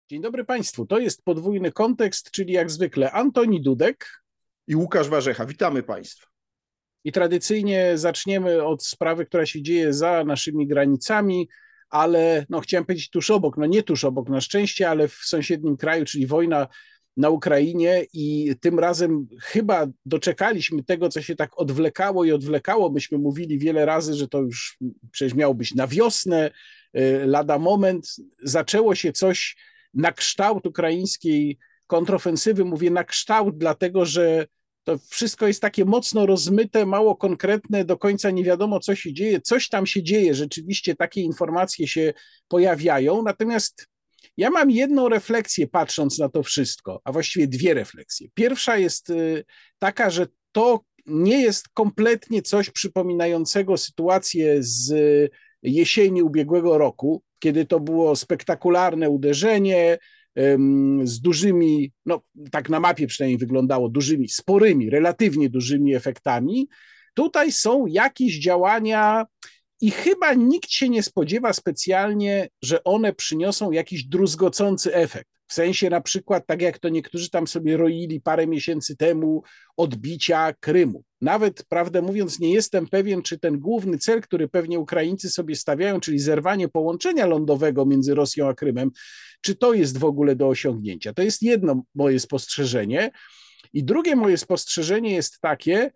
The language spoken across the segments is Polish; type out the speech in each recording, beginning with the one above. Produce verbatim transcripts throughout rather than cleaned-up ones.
Dzień dobry Państwu. To jest podwójny kontekst, czyli jak zwykle Antoni Dudek. I Łukasz Warzecha. Witamy Państwa. I tradycyjnie zaczniemy od sprawy, która się dzieje za naszymi granicami, ale no chciałem powiedzieć tuż obok, no nie tuż obok na szczęście, ale w sąsiednim kraju, czyli wojna na Ukrainie i tym razem chyba doczekaliśmy tego, co się tak odwlekało i odwlekało. Myśmy mówili wiele razy, że to już przecież miało być na wiosnę, lada moment. Zaczęło się coś na kształt ukraińskiej kontrofensywy. Mówię na kształt, dlatego że to wszystko jest takie mocno rozmyte, mało konkretne, do końca nie wiadomo, co się dzieje. Coś tam się dzieje, rzeczywiście takie informacje się pojawiają, natomiast ja mam jedną refleksję patrząc na to wszystko, a właściwie dwie refleksje. Pierwsza jest taka, że to nie jest kompletnie coś przypominającego sytuację z jesieni ubiegłego roku, kiedy to było spektakularne uderzenie z dużymi, no tak na mapie przynajmniej wyglądało, dużymi, sporymi, relatywnie dużymi efektami. Tutaj są jakieś działania i chyba nikt się nie spodziewa specjalnie, że one przyniosą jakiś druzgocący efekt. W sensie na przykład, tak jak to niektórzy tam sobie roili parę miesięcy temu, odbicia Krymu. Nawet, prawdę mówiąc, nie jestem pewien, czy ten główny cel, który pewnie Ukraińcy sobie stawiają, czyli zerwanie połączenia lądowego między Rosją a Krymem, czy to jest w ogóle do osiągnięcia. To jest jedno moje spostrzeżenie. I drugie moje spostrzeżenie jest takie,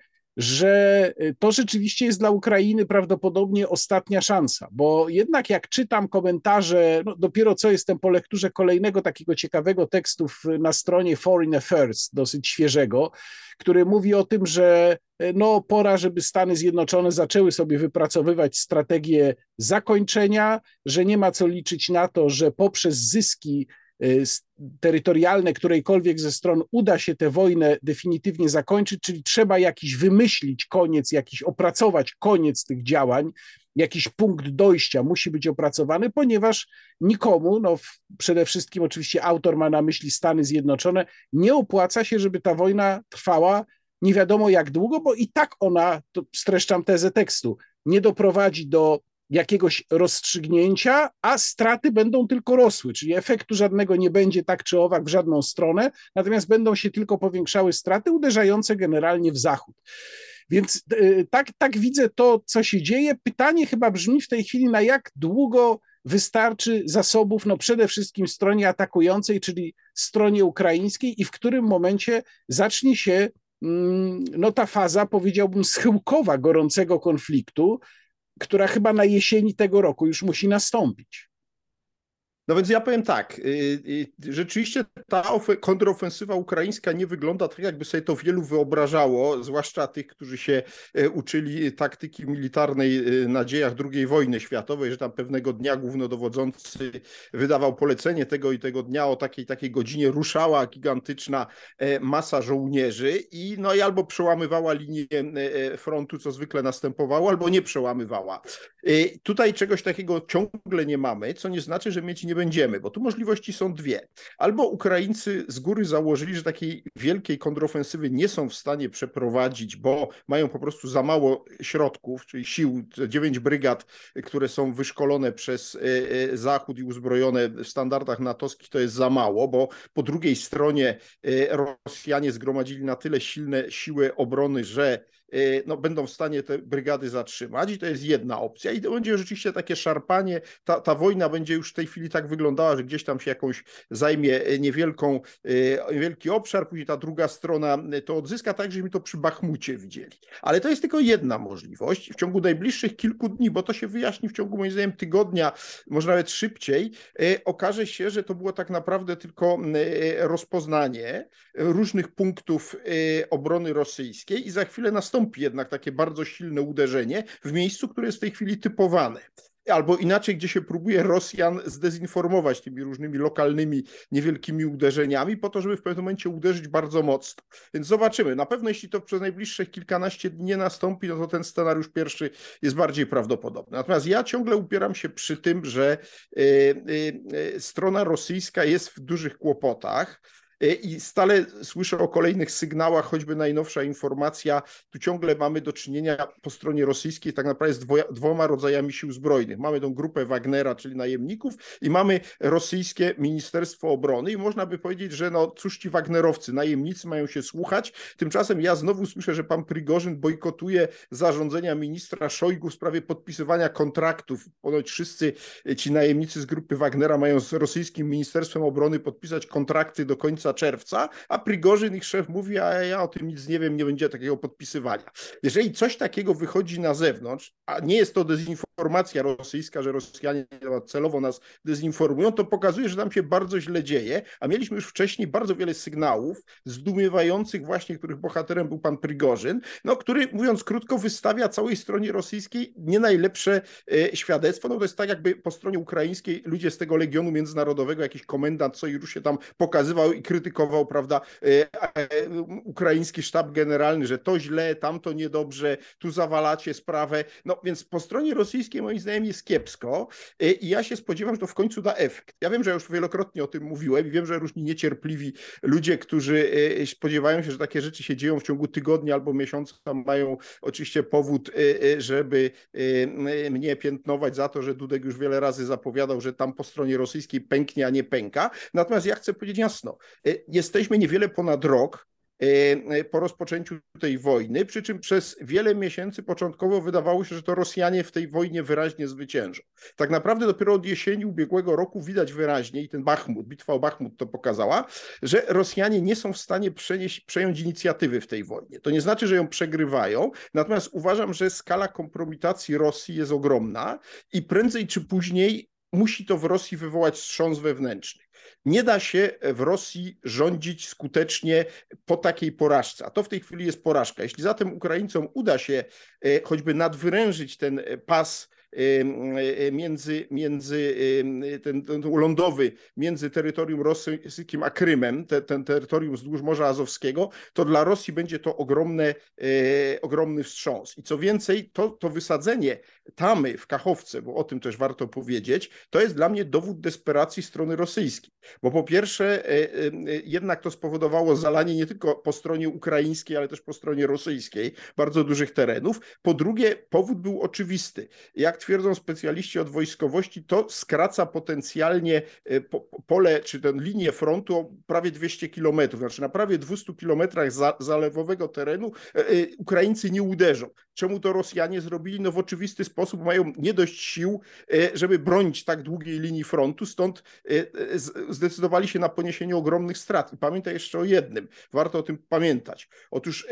że to rzeczywiście jest dla Ukrainy prawdopodobnie ostatnia szansa, bo jednak jak czytam komentarze, no dopiero co jestem po lekturze kolejnego takiego ciekawego tekstu na stronie Foreign Affairs, dosyć świeżego, który mówi o tym, że no pora, żeby Stany Zjednoczone zaczęły sobie wypracowywać strategię zakończenia, że nie ma co liczyć na to, że poprzez zyski terytorialne którejkolwiek ze stron uda się tę wojnę definitywnie zakończyć, czyli trzeba jakiś wymyślić koniec, jakiś opracować koniec tych działań, jakiś punkt dojścia musi być opracowany, ponieważ nikomu, no przede wszystkim oczywiście autor ma na myśli Stany Zjednoczone, nie opłaca się, żeby ta wojna trwała nie wiadomo jak długo, bo i tak ona, to streszczam tezę tekstu, nie doprowadzi do jakiegoś rozstrzygnięcia, a straty będą tylko rosły, czyli efektu żadnego nie będzie tak czy owak w żadną stronę, natomiast będą się tylko powiększały straty uderzające generalnie w Zachód. Więc tak, tak widzę to, co się dzieje. Pytanie chyba brzmi w tej chwili, na jak długo wystarczy zasobów, no przede wszystkim stronie atakującej, czyli stronie ukraińskiej i w którym momencie zacznie się no, ta faza, powiedziałbym, schyłkowa gorącego konfliktu, która chyba na jesieni tego roku już musi nastąpić. No więc ja powiem tak, rzeczywiście ta kontrofensywa ukraińska nie wygląda tak, jakby sobie to wielu wyobrażało, zwłaszcza tych, którzy się uczyli taktyki militarnej na dziejach drugiej wojny światowej, że tam pewnego dnia głównodowodzący wydawał polecenie tego i tego dnia o takiej takiej godzinie ruszała gigantyczna masa żołnierzy i no i albo przełamywała linię frontu, co zwykle następowało, albo nie przełamywała. Tutaj czegoś takiego ciągle nie mamy, co nie znaczy, że mieć nie będziemy, bo tu możliwości są dwie. Albo Ukraińcy z góry założyli, że takiej wielkiej kontrofensywy nie są w stanie przeprowadzić, bo mają po prostu za mało środków, czyli sił, dziewięć brygad, które są wyszkolone przez Zachód i uzbrojone w standardach natowskich, to jest za mało, bo po drugiej stronie Rosjanie zgromadzili na tyle silne siły obrony, że no, będą w stanie te brygady zatrzymać i to jest jedna opcja i to będzie rzeczywiście takie szarpanie, ta, ta wojna będzie już w tej chwili tak wyglądała, że gdzieś tam się jakąś zajmie niewielką, wielki obszar, później ta druga strona to odzyska, tak żeśmy to przy Bachmucie widzieli. Ale to jest tylko jedna możliwość w ciągu najbliższych kilku dni, bo to się wyjaśni w ciągu moim zdaniem tygodnia, może nawet szybciej, okaże się, że to było tak naprawdę tylko rozpoznanie różnych punktów obrony rosyjskiej i za chwilę nastąpi jednak takie bardzo silne uderzenie w miejscu, które jest w tej chwili typowane. Albo inaczej, gdzie się próbuje Rosjan zdezinformować tymi różnymi lokalnymi, niewielkimi uderzeniami po to, żeby w pewnym momencie uderzyć bardzo mocno. Więc zobaczymy. Na pewno jeśli to przez najbliższych kilkanaście dni nie nastąpi, no to ten scenariusz pierwszy jest bardziej prawdopodobny. Natomiast ja ciągle upieram się przy tym, że y, y, y, strona rosyjska jest w dużych kłopotach. I stale słyszę o kolejnych sygnałach, choćby najnowsza informacja, tu ciągle mamy do czynienia po stronie rosyjskiej tak naprawdę z dwoja, dwoma rodzajami sił zbrojnych. Mamy tą grupę Wagnera, czyli najemników, i mamy rosyjskie Ministerstwo Obrony i można by powiedzieć, że no cóż ci Wagnerowcy, najemnicy mają się słuchać. Tymczasem ja znowu słyszę, że pan Prigorzyn bojkotuje zarządzenia ministra Szojgu w sprawie podpisywania kontraktów. Ponoć wszyscy ci najemnicy z grupy Wagnera mają z rosyjskim Ministerstwem Obrony podpisać kontrakty do końca czerwca, a Prigorzyn, ich szef, mówi, a ja o tym nic nie wiem, nie będzie takiego podpisywania. Jeżeli coś takiego wychodzi na zewnątrz, a nie jest to dezinformacja rosyjska, że Rosjanie celowo nas dezinformują, to pokazuje, że tam się bardzo źle dzieje, a mieliśmy już wcześniej bardzo wiele sygnałów zdumiewających właśnie, których bohaterem był pan Prigorzyn, no, który, mówiąc krótko, wystawia całej stronie rosyjskiej nie najlepsze e, świadectwo. No to jest tak, jakby po stronie ukraińskiej ludzie z tego Legionu Międzynarodowego, jakiś komendant Sojuszu się tam pokazywał i krytykował, prawda, e, e, ukraiński sztab generalny, że to źle, tamto niedobrze, tu zawalacie sprawę. No więc po stronie rosyjskiej moim zdaniem jest kiepsko e, i ja się spodziewam, że to w końcu da efekt. Ja wiem, że już wielokrotnie o tym mówiłem i wiem, że różni niecierpliwi ludzie, którzy e, spodziewają się, że takie rzeczy się dzieją w ciągu tygodnia albo miesiąca, mają oczywiście powód, e, żeby e, mnie piętnować za to, że Dudek już wiele razy zapowiadał, że tam po stronie rosyjskiej pęknie, a nie pęka. Natomiast ja chcę powiedzieć jasno, jesteśmy niewiele ponad rok po rozpoczęciu tej wojny, przy czym przez wiele miesięcy początkowo wydawało się, że to Rosjanie w tej wojnie wyraźnie zwyciężą. Tak naprawdę dopiero od jesieni ubiegłego roku widać wyraźnie, i ten Bachmut, bitwa o Bachmut to pokazała, że Rosjanie nie są w stanie przenieść, przejąć inicjatywy w tej wojnie. To nie znaczy, że ją przegrywają, natomiast uważam, że skala kompromitacji Rosji jest ogromna i prędzej czy później musi to w Rosji wywołać wstrząs wewnętrzny. Nie da się w Rosji rządzić skutecznie po takiej porażce, a to w tej chwili jest porażka. Jeśli zatem Ukraińcom uda się choćby nadwyrężyć ten pas między, między ten, ten lądowy, między terytorium rosyjskim a Krymem, te, ten terytorium wzdłuż Morza Azowskiego, to dla Rosji będzie to ogromne, ogromny wstrząs. I co więcej, to, to wysadzenie tamy w Kachowce, bo o tym też warto powiedzieć, to jest dla mnie dowód desperacji strony rosyjskiej. Bo po pierwsze, jednak to spowodowało zalanie nie tylko po stronie ukraińskiej, ale też po stronie rosyjskiej bardzo dużych terenów. Po drugie, powód był oczywisty. Jak twierdzą specjaliści od wojskowości, to skraca potencjalnie pole, czy tę linię frontu o prawie dwieście kilometrów. Znaczy na prawie dwustu kilometrach za, zalewowego terenu Ukraińcy nie uderzą. Czemu to Rosjanie zrobili? No w oczywisty sposób mają nie dość sił, żeby bronić tak długiej linii frontu, stąd zdecydowali się na poniesienie ogromnych strat. I pamiętaj jeszcze o jednym, warto o tym pamiętać. Otóż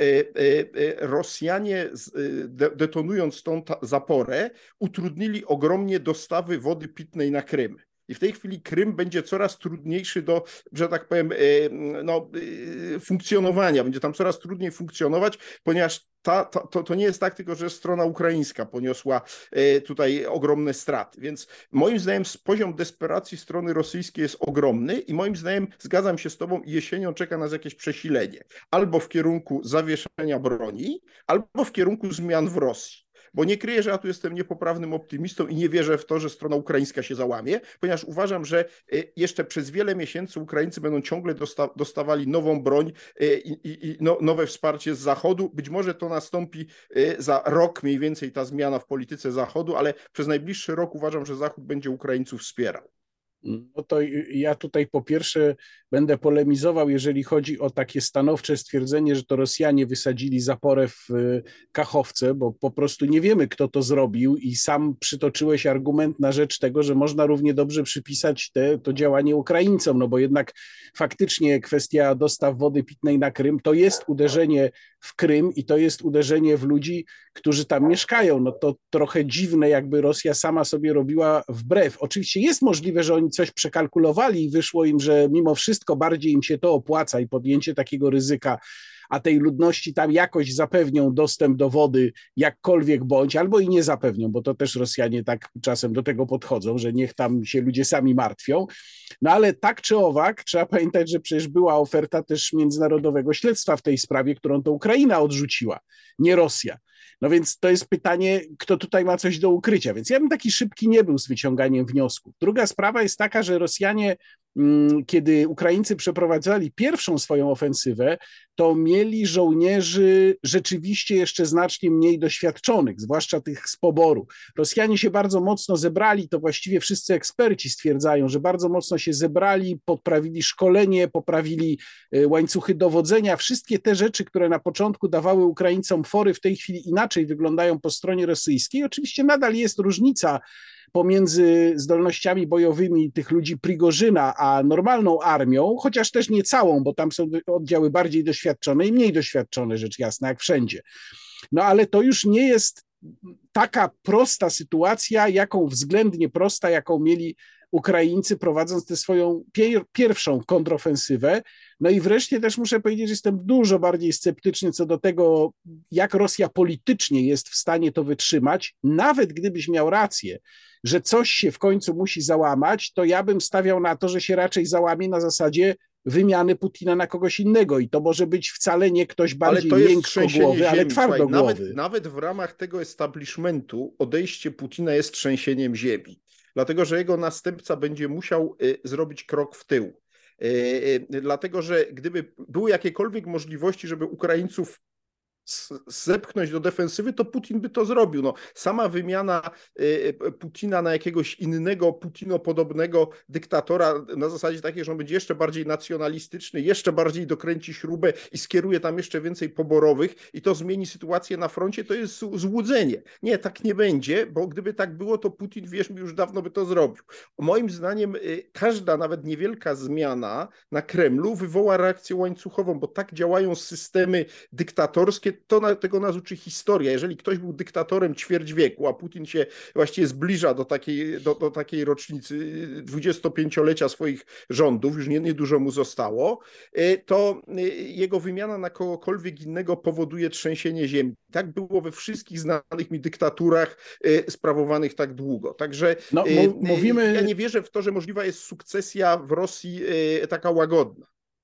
Rosjanie detonując tą zaporę, utrudnili ogromnie dostawy wody pitnej na Krym. I w tej chwili Krym będzie coraz trudniejszy do, że tak powiem, no, funkcjonowania. Będzie tam coraz trudniej funkcjonować, ponieważ ta, ta, to, to nie jest tak tylko, że strona ukraińska poniosła tutaj ogromne straty. Więc moim zdaniem poziom desperacji strony rosyjskiej jest ogromny i moim zdaniem, zgadzam się z tobą, jesienią czeka nas jakieś przesilenie. Albo w kierunku zawieszenia broni, albo w kierunku zmian w Rosji. Bo nie kryję, że ja tu jestem niepoprawnym optymistą i nie wierzę w to, że strona ukraińska się załamie, ponieważ uważam, że jeszcze przez wiele miesięcy Ukraińcy będą ciągle dosta- dostawali nową broń i, i, i no, nowe wsparcie z Zachodu. Być może to nastąpi za rok mniej więcej ta zmiana w polityce Zachodu, ale przez najbliższy rok uważam, że Zachód będzie Ukraińców wspierał. No to ja tutaj po pierwsze będę polemizował, jeżeli chodzi o takie stanowcze stwierdzenie, że to Rosjanie wysadzili zaporę w Kachowce, bo po prostu nie wiemy, kto to zrobił i sam przytoczyłeś argument na rzecz tego, że można równie dobrze przypisać te, to działanie Ukraińcom, no bo jednak faktycznie kwestia dostaw wody pitnej na Krym to jest uderzenie w Krym i to jest uderzenie w ludzi, którzy tam mieszkają. No to trochę dziwne, jakby Rosja sama sobie robiła wbrew. Oczywiście jest możliwe, że oni coś przekalkulowali i wyszło im, że mimo wszystko bardziej im się to opłaca i podjęcie takiego ryzyka, a tej ludności tam jakoś zapewnią dostęp do wody jakkolwiek bądź, albo i nie zapewnią, bo to też Rosjanie tak czasem do tego podchodzą, że niech tam się ludzie sami martwią. No ale tak czy owak, trzeba pamiętać, że przecież była oferta też międzynarodowego śledztwa w tej sprawie, którą to Ukraina odrzuciła, nie Rosja. No więc to jest pytanie, kto tutaj ma coś do ukrycia. Więc ja bym taki szybki nie był z wyciąganiem wniosków. Druga sprawa jest taka, że Rosjanie kiedy Ukraińcy przeprowadzali pierwszą swoją ofensywę, to mieli żołnierzy rzeczywiście jeszcze znacznie mniej doświadczonych, zwłaszcza tych z poboru. Rosjanie się bardzo mocno zebrali, to właściwie wszyscy eksperci stwierdzają, że bardzo mocno się zebrali, poprawili szkolenie, poprawili łańcuchy dowodzenia. Wszystkie te rzeczy, które na początku dawały Ukraińcom fory, w tej chwili inaczej wyglądają po stronie rosyjskiej. Oczywiście nadal jest różnica pomiędzy zdolnościami bojowymi tych ludzi Prigorzyna a normalną armią, chociaż też nie całą, bo tam są oddziały bardziej doświadczone i mniej doświadczone, rzecz jasna, jak wszędzie. No ale to już nie jest taka prosta sytuacja, jaką względnie prosta, jaką mieli Ukraińcy, prowadząc tę swoją pier- pierwszą kontrofensywę. No i wreszcie też muszę powiedzieć, że jestem dużo bardziej sceptyczny co do tego, jak Rosja politycznie jest w stanie to wytrzymać. Nawet gdybyś miał rację, że coś się w końcu musi załamać, to ja bym stawiał na to, że się raczej załamie na zasadzie wymiany Putina na kogoś innego i to może być wcale nie ktoś bardziej miękkogłowy, ale twardogłowy. Nawet, nawet w ramach tego establishmentu odejście Putina jest trzęsieniem ziemi, dlatego że jego następca będzie musiał y, zrobić krok w tył. Y, y, dlatego, że gdyby były jakiekolwiek możliwości, żeby Ukraińców zepchnąć do defensywy, to Putin by to zrobił. No, sama wymiana Putina na jakiegoś innego Putinopodobnego dyktatora na zasadzie takiej, że on będzie jeszcze bardziej nacjonalistyczny, jeszcze bardziej dokręci śrubę i skieruje tam jeszcze więcej poborowych i to zmieni sytuację na froncie, to jest złudzenie. Nie, tak nie będzie, bo gdyby tak było, to Putin, wierz mi, już dawno by to zrobił. Moim zdaniem każda, nawet niewielka zmiana na Kremlu wywoła reakcję łańcuchową, bo tak działają systemy dyktatorskie. To na, tego nas uczy historia. Jeżeli ktoś był dyktatorem ćwierć wieku, a Putin się właściwie zbliża do takiej, do, do takiej rocznicy dwudziestopięciolecia swoich rządów, już nie, niedużo mu zostało, to jego wymiana na kogokolwiek innego powoduje trzęsienie ziemi. Tak było we wszystkich znanych mi dyktaturach sprawowanych tak długo. Także no, mówimy... ja nie wierzę w to, że możliwa jest sukcesja w Rosji taka łagodna.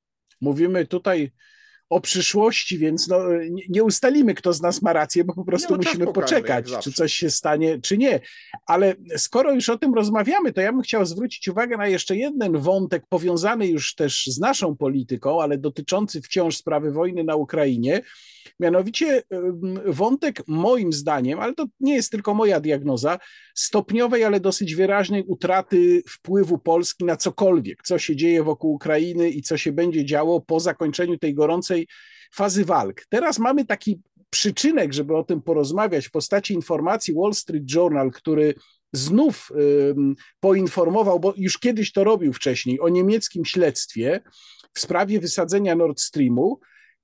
Mówimy tutaj o przyszłości, więc no, nie ustalimy, kto z nas ma rację, bo po prostu no, musimy pokaże, poczekać, czy coś się stanie, czy nie. Ale skoro już o tym rozmawiamy, to ja bym chciał zwrócić uwagę na jeszcze jeden wątek powiązany już też z naszą polityką, ale dotyczący wciąż sprawy wojny na Ukrainie. Mianowicie wątek moim zdaniem, ale to nie jest tylko moja diagnoza, stopniowej, ale dosyć wyraźnej utraty wpływu Polski na cokolwiek, co się dzieje wokół Ukrainy i co się będzie działo po zakończeniu tej gorącej fazy walk. Teraz mamy taki przyczynek, żeby o tym porozmawiać w postaci informacji Wall Street Journal, który znów um, poinformował, bo już kiedyś to robił wcześniej, o niemieckim śledztwie w sprawie wysadzenia Nord Streamu.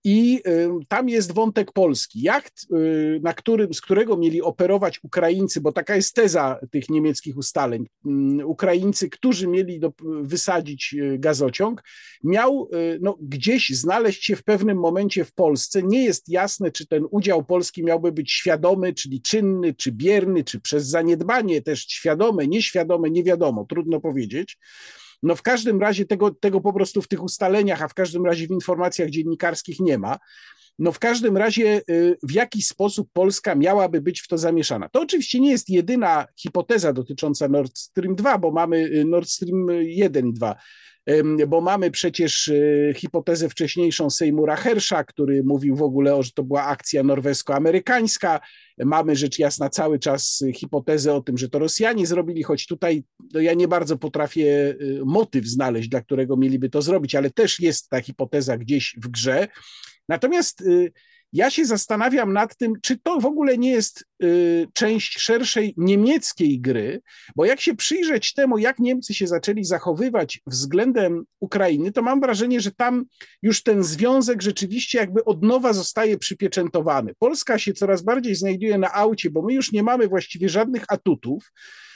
I y, tam jest wątek Polski. Jacht, y, na którym, z którego mieli operować Ukraińcy, bo taka jest teza tych niemieckich ustaleń, y, Ukraińcy, którzy mieli do, wysadzić y, gazociąg, miał y, no, gdzieś znaleźć się w pewnym momencie w Polsce. Nie jest jasne, czy ten udział Polski miałby być świadomy, czyli czynny, czy bierny, czy przez zaniedbanie też świadome, nieświadome, nie wiadomo, trudno powiedzieć. No w każdym razie tego, tego po prostu w tych ustaleniach, a w każdym razie w informacjach dziennikarskich nie ma. No w każdym razie w jaki sposób Polska miałaby być w to zamieszana. To oczywiście nie jest jedyna hipoteza dotycząca Nord Stream dwa, bo mamy Nord Stream jeden i dwa, bo mamy przecież hipotezę wcześniejszą Seymoura Hersha, który mówił w ogóle, o, że to była akcja norwesko-amerykańska. Mamy rzecz jasna cały czas hipotezę o tym, że to Rosjanie zrobili, choć tutaj no ja nie bardzo potrafię motyw znaleźć, dla którego mieliby to zrobić, ale też jest ta hipoteza gdzieś w grze. Natomiast ja się zastanawiam nad tym, czy to w ogóle nie jest y, część szerszej niemieckiej gry, bo jak się przyjrzeć temu, jak Niemcy się zaczęli zachowywać względem Ukrainy, to mam wrażenie, że tam już ten związek rzeczywiście jakby od nowa zostaje przypieczętowany. Polska się coraz bardziej znajduje na aucie, bo my już nie mamy właściwie żadnych atutów.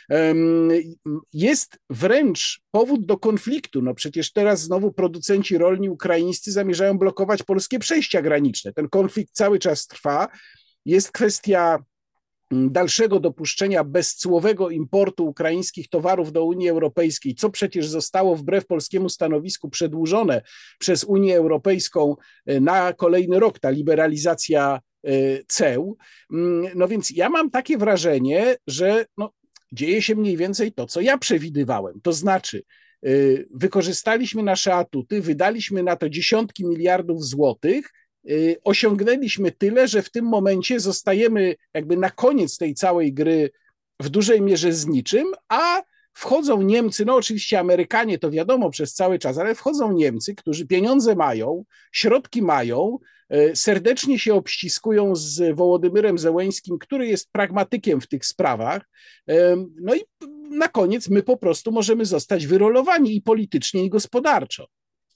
Jest wręcz powód do konfliktu. No przecież teraz znowu producenci rolni ukraińscy zamierzają blokować polskie przejścia graniczne. Ten konflikt cały czas trwa. Jest kwestia dalszego dopuszczenia bezcłowego importu ukraińskich towarów do Unii Europejskiej, co przecież zostało wbrew polskiemu stanowisku przedłużone przez Unię Europejską na kolejny rok, ta liberalizacja ceł. No więc ja mam takie wrażenie, że no, dzieje się mniej więcej to, co ja przewidywałem. To znaczy Wykorzystaliśmy nasze atuty, wydaliśmy na to dziesiątki miliardów złotych, osiągnęliśmy tyle, że w tym momencie zostajemy jakby na koniec tej całej gry w dużej mierze z niczym, a wchodzą Niemcy, no oczywiście Amerykanie to wiadomo przez cały czas, ale wchodzą Niemcy, którzy pieniądze mają, środki mają, serdecznie się obściskują z Wołodymyrem Zełeńskim, który jest pragmatykiem w tych sprawach. No i na koniec my po prostu możemy zostać wyrolowani i politycznie, i gospodarczo.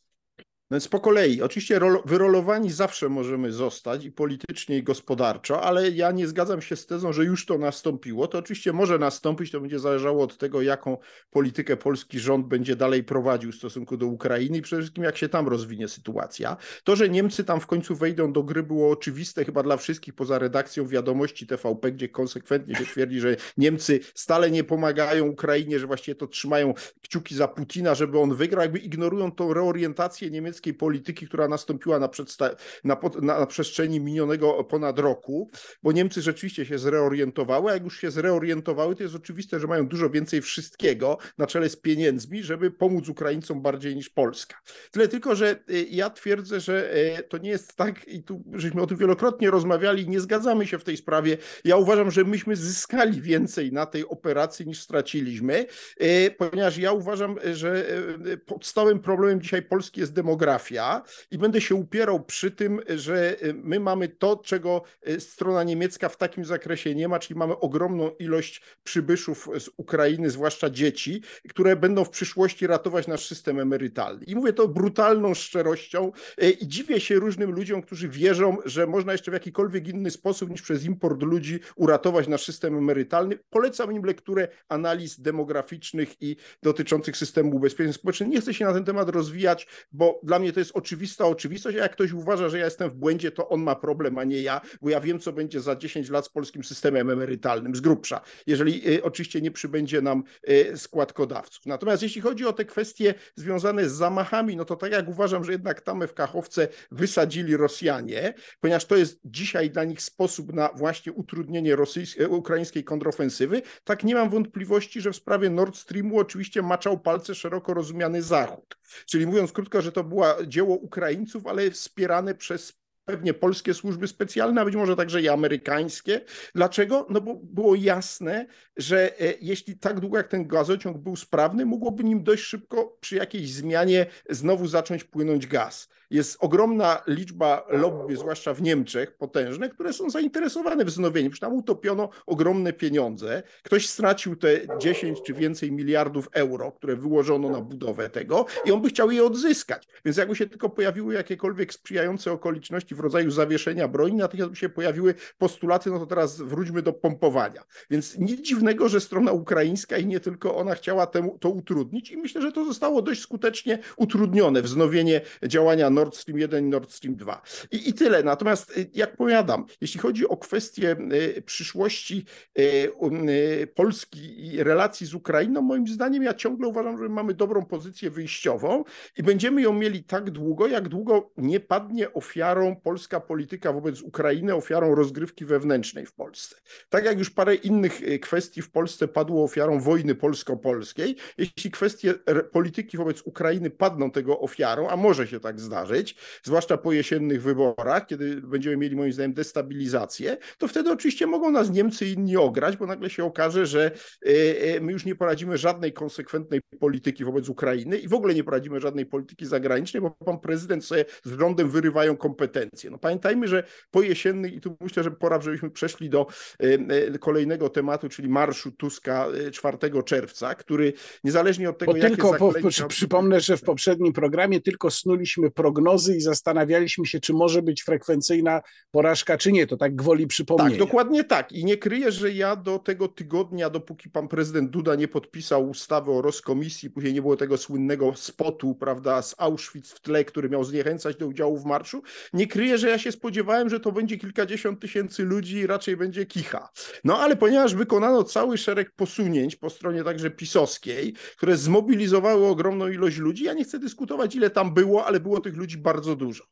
No więc po kolei, oczywiście wyrolowani zawsze możemy zostać i politycznie, i gospodarczo, ale ja nie zgadzam się z tezą, że już to nastąpiło. To oczywiście może nastąpić, to będzie zależało od tego, jaką politykę polski rząd będzie dalej prowadził w stosunku do Ukrainy i przede wszystkim jak się tam rozwinie sytuacja. To, że Niemcy tam w końcu wejdą do gry, było oczywiste chyba dla wszystkich poza redakcją Wiadomości T V P, gdzie konsekwentnie się twierdzi, że Niemcy stale nie pomagają Ukrainie, że właściwie to trzymają kciuki za Putina, żeby on wygrał, jakby ignorują tą reorientację niemieckiej polityki, która nastąpiła na, przedsta- na, na, na przestrzeni minionego ponad roku, bo Niemcy rzeczywiście się zreorientowały, a jak już się zreorientowały, to jest oczywiste, że mają dużo więcej wszystkiego na czele z pieniędzmi, żeby pomóc Ukraińcom bardziej niż Polska. Tyle tylko, że ja twierdzę, że to nie jest tak i tu żeśmy o tym wielokrotnie rozmawiali i nie zgadzamy się w tej sprawie. Ja uważam, że myśmy zyskali więcej na tej operacji niż straciliśmy, ponieważ ja uważam, że podstawowym problemem dzisiaj Polski jest demografia. I będę się upierał przy tym, że my mamy to, czego strona niemiecka w takim zakresie nie ma, czyli mamy ogromną ilość przybyszów z Ukrainy, zwłaszcza dzieci, które będą w przyszłości ratować nasz system emerytalny. I mówię to brutalną szczerością i dziwię się różnym ludziom, którzy wierzą, że można jeszcze w jakikolwiek inny sposób niż przez import ludzi uratować nasz system emerytalny. Polecam im lekturę analiz demograficznych i dotyczących systemu ubezpieczeń społecznych. Nie chcę się na ten temat rozwijać, bo dla mnie to jest oczywista oczywistość, a jak ktoś uważa, że ja jestem w błędzie, to on ma problem, a nie ja, bo ja wiem, co będzie za dziesięć lat z polskim systemem emerytalnym, z grubsza, jeżeli y, oczywiście nie przybędzie nam y, składkodawców. Natomiast jeśli chodzi o te kwestie związane z zamachami, no to tak jak uważam, że jednak tamę w Kachowce wysadzili Rosjanie, ponieważ to jest dzisiaj dla nich sposób na właśnie utrudnienie rosyjskiej, ukraińskiej kontrofensywy, tak nie mam wątpliwości, że w sprawie Nord Streamu oczywiście maczał palce szeroko rozumiany Zachód. Czyli mówiąc krótko, że to była dzieło Ukraińców, ale wspierane przez pewnie polskie służby specjalne, a być może także i amerykańskie. Dlaczego? No bo było jasne, że jeśli tak długo jak ten gazociąg był sprawny, mogłoby nim dość szybko przy jakiejś zmianie znowu zacząć płynąć gaz. Jest ogromna liczba lobby, zwłaszcza w Niemczech, potężne, które są zainteresowane wznowieniem. Przecież tam utopiono ogromne pieniądze. Ktoś stracił te dziesięć czy więcej miliardów euro, które wyłożono na budowę tego i on by chciał je odzyskać. Więc jakby się tylko pojawiły jakiekolwiek sprzyjające okoliczności w rodzaju zawieszenia broni, natychmiast by się pojawiły postulaty, no to teraz wróćmy do pompowania. Więc nic dziwnego, że strona ukraińska i nie tylko ona chciała temu, to utrudnić i myślę, że to zostało dość skutecznie utrudnione, wznowienie działania Nord Stream jeden i Nord Stream dwa. I, i tyle. Natomiast jak powiadam, jeśli chodzi o kwestię y, przyszłości y, y, Polski i relacji z Ukrainą, moim zdaniem ja ciągle uważam, że mamy dobrą pozycję wyjściową i będziemy ją mieli tak długo, jak długo nie padnie ofiarą polska polityka wobec Ukrainy, ofiarą rozgrywki wewnętrznej w Polsce. Tak jak już parę innych kwestii w Polsce padło ofiarą wojny polsko-polskiej, jeśli kwestie polityki wobec Ukrainy padną tego ofiarą, a może się tak zdarzyć, zwłaszcza po jesiennych wyborach, kiedy będziemy mieli moim zdaniem destabilizację, to wtedy oczywiście mogą nas Niemcy i inni ograć, bo nagle się okaże, że my już nie poradzimy żadnej konsekwentnej polityki wobec Ukrainy i w ogóle nie poradzimy żadnej polityki zagranicznej, bo pan prezydent sobie z rządem wyrywają kompetencje. No pamiętajmy, że po jesiennych, i tu myślę, że pora, żebyśmy przeszli do kolejnego tematu, czyli marszu Tuska czwartego czerwca, który niezależnie od tego, bo jakie tylko zaklęcia... po, przypomnę, że w poprzednim programie tylko snuliśmy prognozy i zastanawialiśmy się, czy może być frekwencyjna porażka, czy nie. To tak gwoli przypomnienia. Tak, dokładnie tak. I nie kryję, że ja do tego tygodnia, dopóki pan prezydent Duda nie podpisał ustawy o Roskomisji, później nie było tego słynnego spotu, prawda, z Auschwitz w tle, który miał zniechęcać do udziału w marszu, nie kryję, że ja się spodziewałem, że to będzie kilkadziesiąt tysięcy ludzi i raczej będzie kicha. No ale ponieważ wykonano cały szereg posunięć po stronie także pisowskiej, które zmobilizowały ogromną ilość ludzi, ja nie chcę dyskutować, ile tam było, ale było tych ludzi bardzo dużo.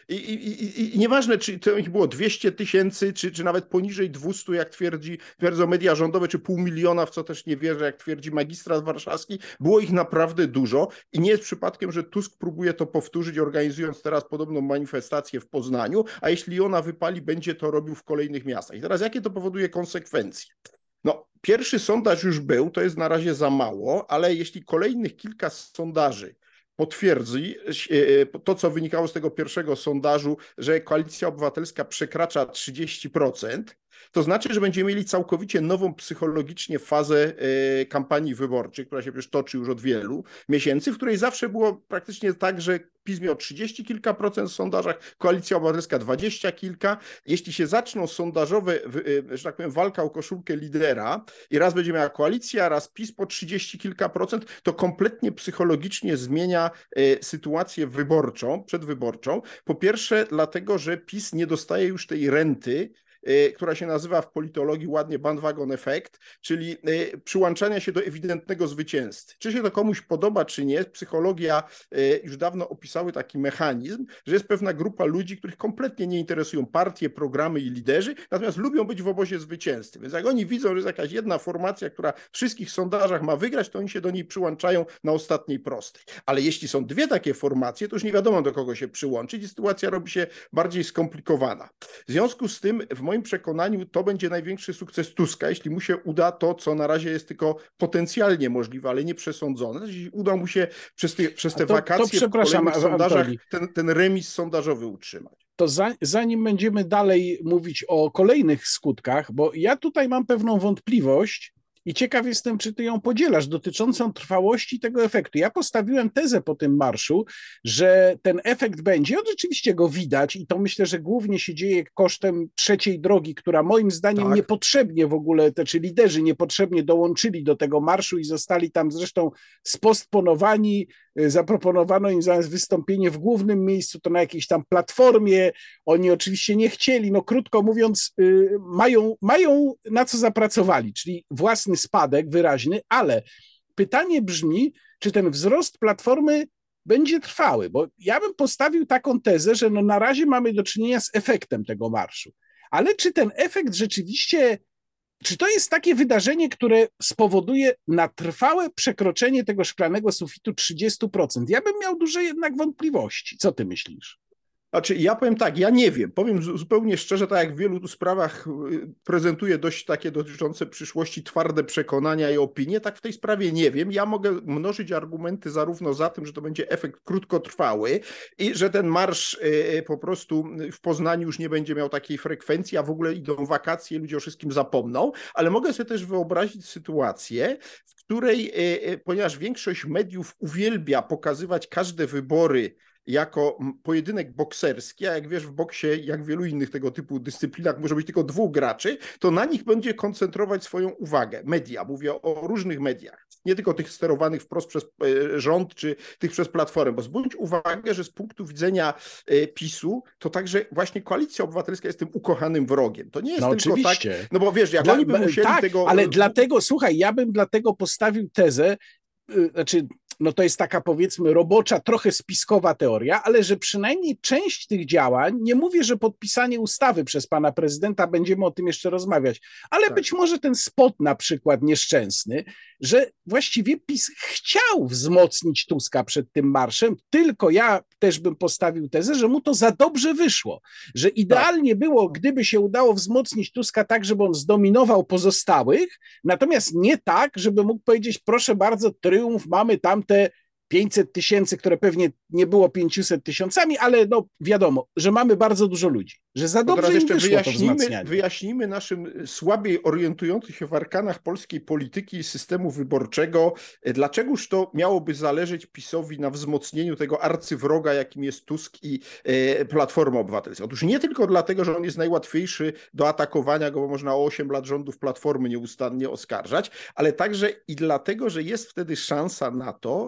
I, i, i, i nieważne, czy to ich było dwieście tysięcy, czy, czy nawet poniżej dwustu, jak twierdzi, twierdzą media rządowe, czy pół miliona, w co też nie wierzę, jak twierdzi magistrat warszawski, było ich naprawdę dużo i nie jest przypadkiem, że Tusk próbuje to powtórzyć, organizując teraz podobną manifestację w Poznaniu, a jeśli ona wypali, będzie to robił w kolejnych miastach. I teraz jakie to powoduje konsekwencje? No, pierwszy sondaż już był, to jest na razie za mało, ale jeśli kolejnych kilka sondaży potwierdzi to, co wynikało z tego pierwszego sondażu, że Koalicja Obywatelska przekracza trzydzieści procent, to znaczy, że będziemy mieli całkowicie nową psychologicznie fazę kampanii wyborczej, która się przecież toczy już od wielu miesięcy, w której zawsze było praktycznie tak, że PiS miał trzydzieści kilka procent w sondażach, Koalicja Obywatelska dwadzieścia kilka. Jeśli się zaczną sondażowe, że tak powiem, walka o koszulkę lidera i raz będzie miała koalicja, raz PiS po trzydzieści kilka procent, to kompletnie psychologicznie zmienia sytuację wyborczą, przedwyborczą. Po pierwsze dlatego, że PiS nie dostaje już tej renty, która się nazywa w politologii ładnie bandwagon effect, czyli przyłączania się do ewidentnego zwycięzcy. Czy się to komuś podoba, czy nie, psychologia już dawno opisały taki mechanizm, że jest pewna grupa ludzi, których kompletnie nie interesują partie, programy i liderzy, natomiast lubią być w obozie zwycięzcy. Więc jak oni widzą, że jest jakaś jedna formacja, która w wszystkich sondażach ma wygrać, to oni się do niej przyłączają na ostatniej prostej. Ale jeśli są dwie takie formacje, to już nie wiadomo, do kogo się przyłączyć i sytuacja robi się bardziej skomplikowana. W związku z tym, w moim przekonaniu, to będzie największy sukces Tuska, jeśli mu się uda to, co na razie jest tylko potencjalnie możliwe, ale nie przesądzone. Jeśli uda mu się przez te, przez te to, wakacje to w kolejnych sondażach Antoni, ten, ten remis sondażowy utrzymać. To za, zanim będziemy dalej mówić o kolejnych skutkach, bo ja tutaj mam pewną wątpliwość i ciekaw jestem, czy ty ją podzielasz, dotyczącą trwałości tego efektu. Ja postawiłem tezę po tym marszu, że ten efekt będzie, on rzeczywiście go widać i to myślę, że głównie się dzieje kosztem trzeciej drogi, która moim zdaniem tak. niepotrzebnie w ogóle, te, czy liderzy niepotrzebnie dołączyli do tego marszu i zostali tam zresztą spostponowani, zaproponowano im zamiast wystąpienie w głównym miejscu, to na jakiejś tam platformie, oni oczywiście nie chcieli, no krótko mówiąc, yy, mają, mają na co zapracowali, czyli własny spadek wyraźny, ale pytanie brzmi, czy ten wzrost Platformy będzie trwały, bo ja bym postawił taką tezę, że no na razie mamy do czynienia z efektem tego marszu, ale czy ten efekt rzeczywiście, czy to jest takie wydarzenie, które spowoduje na trwałe przekroczenie tego szklanego sufitu trzydzieści procent? Ja bym miał duże jednak wątpliwości. Co ty myślisz? Znaczy, ja powiem tak, ja nie wiem, powiem zupełnie szczerze, tak jak w wielu tu sprawach prezentuję dość takie dotyczące przyszłości twarde przekonania i opinie, tak w tej sprawie nie wiem. Ja mogę mnożyć argumenty zarówno za tym, że to będzie efekt krótkotrwały i że ten marsz po prostu w Poznaniu już nie będzie miał takiej frekwencji, a w ogóle idą wakacje, ludzie o wszystkim zapomną, ale mogę sobie też wyobrazić sytuację, w której, ponieważ większość mediów uwielbia pokazywać każde wybory jako pojedynek bokserski, a jak wiesz, w boksie, jak w wielu innych tego typu dyscyplinach może być tylko dwóch graczy, to na nich będzie koncentrować swoją uwagę. Media, mówię o różnych mediach, nie tylko tych sterowanych wprost przez rząd, czy tych przez Platformę, bo zwróć uwagę, że z punktu widzenia PiSu, to także właśnie Koalicja Obywatelska jest tym ukochanym wrogiem. To nie jest no tylko oczywiście. tak, no bo wiesz, jak Dla, oni by musieli tak, tego... ale dlatego, słuchaj, ja bym dlatego postawił tezę, yy, znaczy no to jest taka powiedzmy robocza, trochę spiskowa teoria, ale że przynajmniej część tych działań, nie mówię, że podpisanie ustawy przez pana prezydenta, będziemy o tym jeszcze rozmawiać, ale tak. być może ten spot na przykład nieszczęsny, że właściwie PiS chciał wzmocnić Tuska przed tym marszem, tylko ja też bym postawił tezę, że mu to za dobrze wyszło, że idealnie tak. było, gdyby się udało wzmocnić Tuska tak, żeby on zdominował pozostałych, natomiast nie tak, żeby mógł powiedzieć, proszę bardzo, triumf, mamy tam te pięćset tysięcy, które pewnie nie było pięćset tysiącami, ale no wiadomo, że mamy bardzo dużo ludzi, że za dobrze im wyszło to wzmacnianie. Wyjaśnijmy naszym słabiej orientującym się w arkanach polskiej polityki i systemu wyborczego, dlaczegoż to miałoby zależeć PiS-owi na wzmocnieniu tego arcywroga, jakim jest Tusk i e, Platforma Obywatelska. Otóż nie tylko dlatego, że on jest najłatwiejszy do atakowania go, bo można o osiem lat rządów Platformy nieustannie oskarżać, ale także i dlatego, że jest wtedy szansa na to, że ci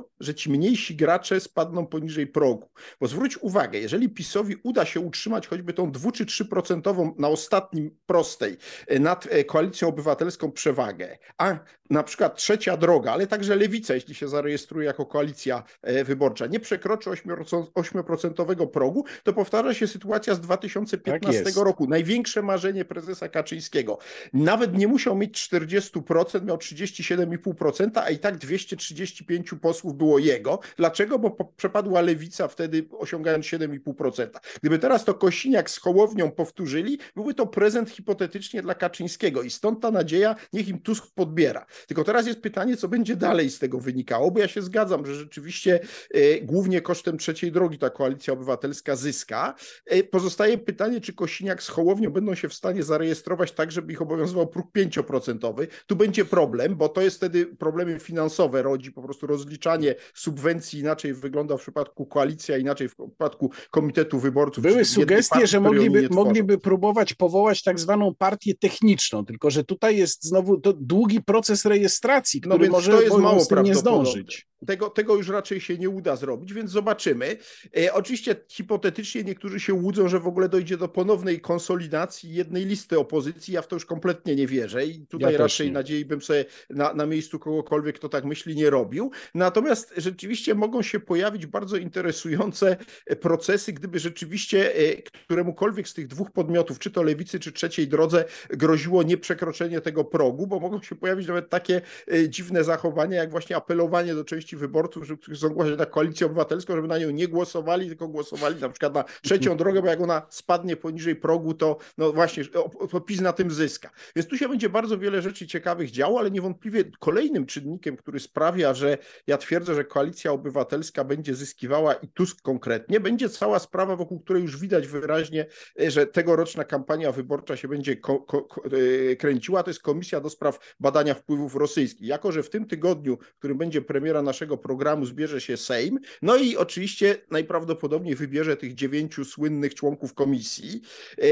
mniejsi gracze spadną poniżej progu. Bo zwróć uwagę, jeżeli PiS-owi uda się utrzymać choćby tą dwu czy trzy procentową na ostatnim prostej nad Koalicją Obywatelską przewagę, a na przykład Trzecia Droga, ale także Lewica, jeśli się zarejestruje jako koalicja wyborcza, nie przekroczy ośmioprocentowego progu, to powtarza się sytuacja z dwa tysiące piętnastego roku. Największe marzenie prezesa Kaczyńskiego. Nawet nie musiał mieć czterdzieści procent, miał trzydzieści siedem i pół procent, a i tak dwieście trzydzieści pięć posłów było jego. Dlaczego? Bo przepadła Lewica wtedy, osiągając siedem i pół procent. Gdyby teraz to Kosiniak z Hołownią powtórzyli, byłby to prezent hipotetycznie dla Kaczyńskiego i stąd ta nadzieja, niech im Tusk podbiera. Tylko teraz jest pytanie, co będzie dalej z tego wynikało, bo ja się zgadzam, że rzeczywiście e, głównie kosztem Trzeciej Drogi ta Koalicja Obywatelska zyska. E, pozostaje pytanie, czy Kosiniak z Hołownią będą się w stanie zarejestrować tak, żeby ich obowiązywał próg pięcioprocentowy. Tu będzie problem, bo to jest wtedy problemy finansowe rodzi, po prostu rozliczanie subwencji inaczej wygląda w przypadku koalicji, a inaczej w przypadku Komitetu Wyborców. Były sugestie, partii, że mogliby, mogliby próbować powołać tak zwaną partię techniczną, tylko że tutaj jest znowu to długi proces rejestracji, który no może to jest mało z tym nie zdążyć. Tego, tego już raczej się nie uda zrobić, więc zobaczymy. E, oczywiście hipotetycznie niektórzy się łudzą, że w ogóle dojdzie do ponownej konsolidacji jednej listy opozycji. Ja w to już kompletnie nie wierzę i tutaj ja raczej nadziei bym sobie na, na miejscu kogokolwiek, kto tak myśli, nie robił. Natomiast rzeczywiście mogą się pojawić bardzo interesujące procesy, gdyby rzeczywiście e, któremukolwiek z tych dwóch podmiotów, czy to Lewicy, czy Trzeciej Drodze, groziło nieprzekroczenie tego progu, bo mogą się pojawić nawet takie e, dziwne zachowania, jak właśnie apelowanie do części wyborców, którzy chcą głosić na Koalicję Obywatelską, żeby na nią nie głosowali, tylko głosowali na przykład na Trzecią Drogę, bo jak ona spadnie poniżej progu, to no właśnie to PiS na tym zyska. Więc tu się będzie bardzo wiele rzeczy ciekawych działo, ale niewątpliwie kolejnym czynnikiem, który sprawia, że ja twierdzę, że Koalicja Obywatelska będzie zyskiwała i Tusk konkretnie, będzie cała sprawa, wokół której już widać wyraźnie, że tegoroczna kampania wyborcza się będzie ko- ko- kręciła. To jest Komisja do Spraw Badania Wpływów Rosyjskich. Jako że w tym tygodniu, w którym będzie premiera naszego programu, zbierze się Sejm, no i oczywiście najprawdopodobniej wybierze tych dziewięciu słynnych członków komisji,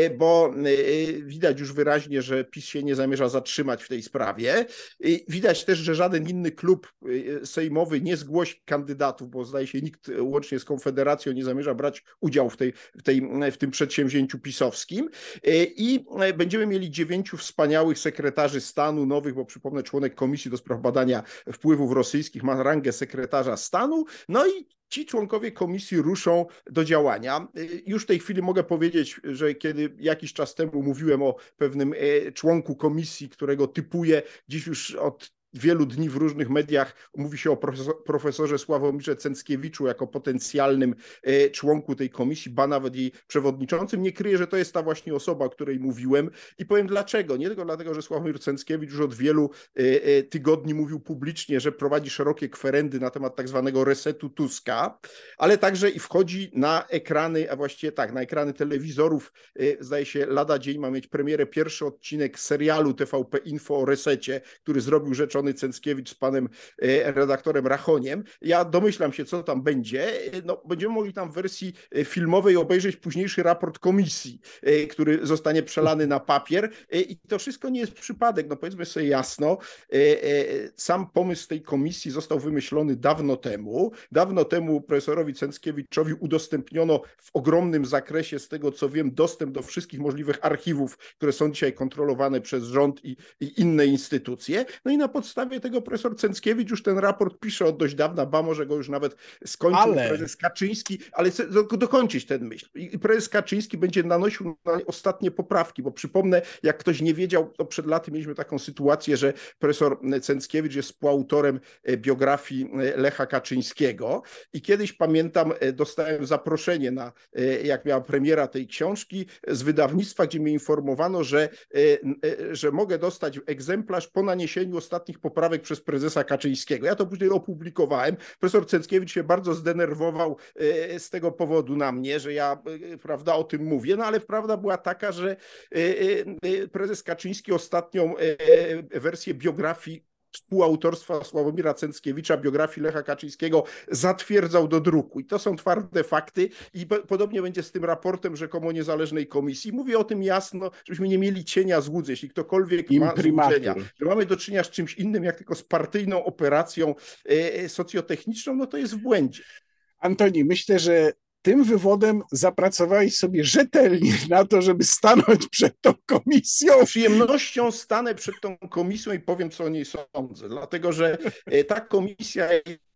bo widać już wyraźnie, że PiS się nie zamierza zatrzymać w tej sprawie. Widać też, że żaden inny klub sejmowy nie zgłosi kandydatów, bo zdaje się nikt łącznie z Konfederacją nie zamierza brać udziału w, tej, w, tej, w tym przedsięwzięciu pisowskim i będziemy mieli dziewięciu wspaniałych sekretarzy stanu nowych, bo przypomnę, członek Komisji do Spraw Badania Wpływów Rosyjskich ma rangę sekretarza stanu, no i ci członkowie komisji ruszą do działania. Już w tej chwili mogę powiedzieć, że kiedy jakiś czas temu mówiłem o pewnym członku komisji, którego typuję, dziś już od wielu dni w różnych mediach mówi się o profesor, profesorze Sławomirze Cęckiewiczu jako potencjalnym e, członku tej komisji, ba nawet jej przewodniczącym. Nie kryję, że to jest ta właśnie osoba, o której mówiłem i powiem dlaczego. Nie tylko dlatego, że Sławomir Cęckiewicz już od wielu e, e, tygodni mówił publicznie, że prowadzi szerokie kwerendy na temat tak zwanego resetu Tuska, ale także i wchodzi na ekrany, a właściwie tak, na ekrany telewizorów. E, zdaje się, lada dzień ma mieć premierę pierwszy odcinek serialu T V P Info o resecie, który zrobił rzecz Cęckiewicz z panem redaktorem Rachoniem. Ja domyślam się, co tam będzie. No, będziemy mogli tam w wersji filmowej obejrzeć późniejszy raport komisji, który zostanie przelany na papier i to wszystko nie jest przypadek. No powiedzmy sobie jasno, sam pomysł tej komisji został wymyślony dawno temu. Dawno temu profesorowi Cęckiewiczowi udostępniono w ogromnym zakresie, z tego co wiem, dostęp do wszystkich możliwych archiwów, które są dzisiaj kontrolowane przez rząd i, i inne instytucje. No i na podstawie tego profesor Cęckiewicz już ten raport pisze od dość dawna, ba może go już nawet skończył ale... prezes Kaczyński, ale chcę dokończyć ten myśl. I prezes Kaczyński będzie nanosił na ostatnie poprawki, bo przypomnę, jak ktoś nie wiedział, to przed laty mieliśmy taką sytuację, że profesor Cęckiewicz jest współautorem biografii Lecha Kaczyńskiego i kiedyś pamiętam, dostałem zaproszenie na, jak miała premiera tej książki z wydawnictwa, gdzie mnie informowano, że, że mogę dostać egzemplarz po naniesieniu ostatnich poprawek przez prezesa Kaczyńskiego. Ja to później opublikowałem. Profesor Cęckiewicz się bardzo zdenerwował z tego powodu na mnie, że ja, prawda, o tym mówię, no ale prawda była taka, że prezes Kaczyński ostatnią wersję biografii współautorstwa Sławomira Cęckiewicza, biografii Lecha Kaczyńskiego, zatwierdzał do druku. I to są twarde fakty i podobnie będzie z tym raportem rzekomo niezależnej komisji. Mówię o tym jasno, żebyśmy nie mieli cienia złudzeń. Jeśli ktokolwiek ma złudzenia, że mamy do czynienia z czymś innym, jak tylko z partyjną operacją e, socjotechniczną, no to jest w błędzie. Antoni, myślę, że tym wywodem zapracowałeś sobie rzetelnie na to, żeby stanąć przed tą komisją. Z przyjemnością stanę przed tą komisją i powiem, co o niej sądzę, dlatego że ta komisja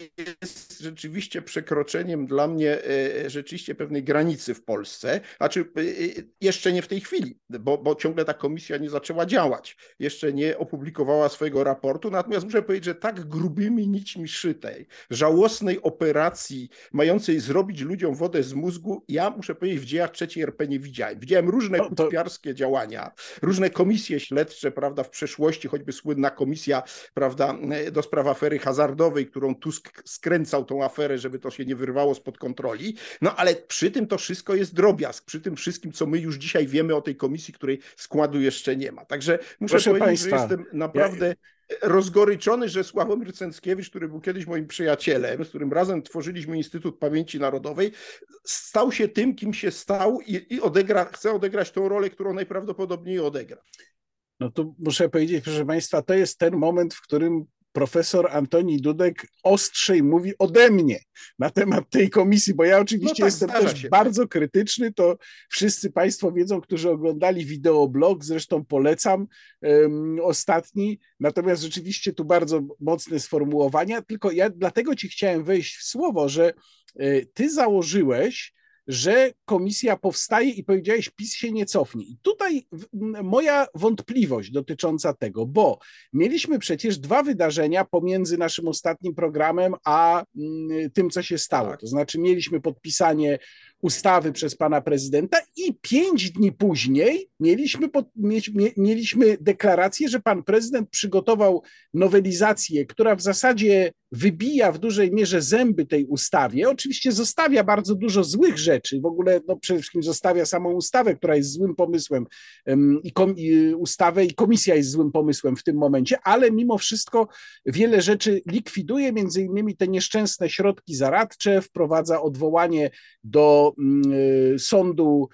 jest rzeczywiście przekroczeniem dla mnie rzeczywiście pewnej granicy w Polsce, znaczy jeszcze nie w tej chwili, bo, bo ciągle ta komisja nie zaczęła działać, jeszcze nie opublikowała swojego raportu, natomiast muszę powiedzieć, że tak grubymi nićmi szytej, żałosnej operacji mającej zrobić ludziom wodę z mózgu, ja muszę powiedzieć, w dziejach trzeciej R P nie widziałem. Widziałem różne no to... kutwiarskie działania, różne komisje śledcze, prawda, w przeszłości, choćby słynna komisja, prawda, do spraw afery hazardowej, którą Tusk skręcał tą aferę, żeby to się nie wyrwało spod kontroli, no ale przy tym to wszystko jest drobiazg, przy tym wszystkim, co my już dzisiaj wiemy o tej komisji, której składu jeszcze nie ma. Także muszę Proszę powiedzieć, Państwa, że jestem naprawdę... Ja... rozgoryczony, że Sławomir Cęckiewicz, który był kiedyś moim przyjacielem, z którym razem tworzyliśmy Instytut Pamięci Narodowej, stał się tym, kim się stał i, i odegra, chce odegrać tą rolę, którą najprawdopodobniej odegra. No to muszę powiedzieć, proszę Państwa, to jest ten moment, w którym profesor Antoni Dudek ostrzej mówi ode mnie na temat tej komisji, bo ja oczywiście no tak, jestem też się. bardzo krytyczny, to wszyscy Państwo wiedzą, którzy oglądali wideoblog, zresztą polecam um, ostatni, natomiast rzeczywiście tu bardzo mocne sformułowania, tylko ja dlatego Ci chciałem wejść w słowo, że y, Ty założyłeś, że komisja powstaje i powiedziałeś, PiS się nie cofnie. I tutaj moja wątpliwość dotycząca tego, bo mieliśmy przecież dwa wydarzenia pomiędzy naszym ostatnim programem a tym, co się stało. Tak. To znaczy mieliśmy podpisanie ustawy przez pana prezydenta i pięć dni później mieliśmy, pod, mieliśmy deklarację, że pan prezydent przygotował nowelizację, która w zasadzie wybija w dużej mierze zęby tej ustawie. Oczywiście zostawia bardzo dużo złych rzeczy, w ogóle no, przede wszystkim zostawia samą ustawę, która jest złym pomysłem i, kom, i ustawę i komisja jest złym pomysłem w tym momencie, ale mimo wszystko wiele rzeczy likwiduje, między innymi te nieszczęsne środki zaradcze, wprowadza odwołanie do y, sądu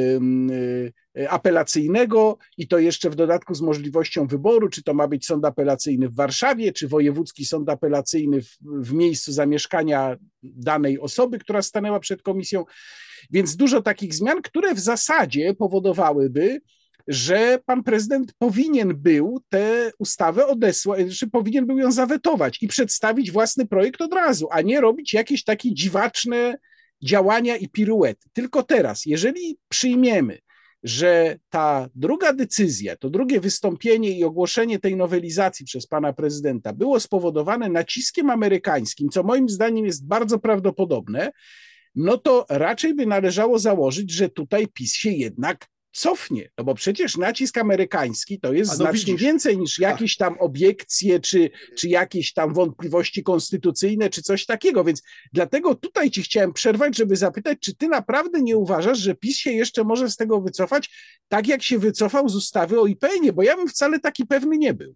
y, apelacyjnego i to jeszcze w dodatku z możliwością wyboru, czy to ma być sąd apelacyjny w Warszawie, czy wojewódzki sąd apelacyjny w, w miejscu zamieszkania danej osoby, która stanęła przed komisją. Więc dużo takich zmian, które w zasadzie powodowałyby, że pan prezydent powinien był tę ustawę odesłać, czy powinien był ją zawetować i przedstawić własny projekt od razu, a nie robić jakieś takie dziwaczne działania i piruety. Tylko teraz, jeżeli przyjmiemy, że ta druga decyzja, to drugie wystąpienie i ogłoszenie tej nowelizacji przez pana prezydenta było spowodowane naciskiem amerykańskim, co moim zdaniem jest bardzo prawdopodobne, no to raczej by należało założyć, że tutaj PiS się jednak cofnie, no bo przecież nacisk amerykański to jest no znacznie widzisz. więcej niż jakieś tam obiekcje, czy, czy jakieś tam wątpliwości konstytucyjne, czy coś takiego, więc dlatego tutaj ci chciałem przerwać, żeby zapytać, czy ty naprawdę nie uważasz, że PiS się jeszcze może z tego wycofać, tak jak się wycofał z ustawy o I P N ie, bo ja bym wcale taki pewny nie był.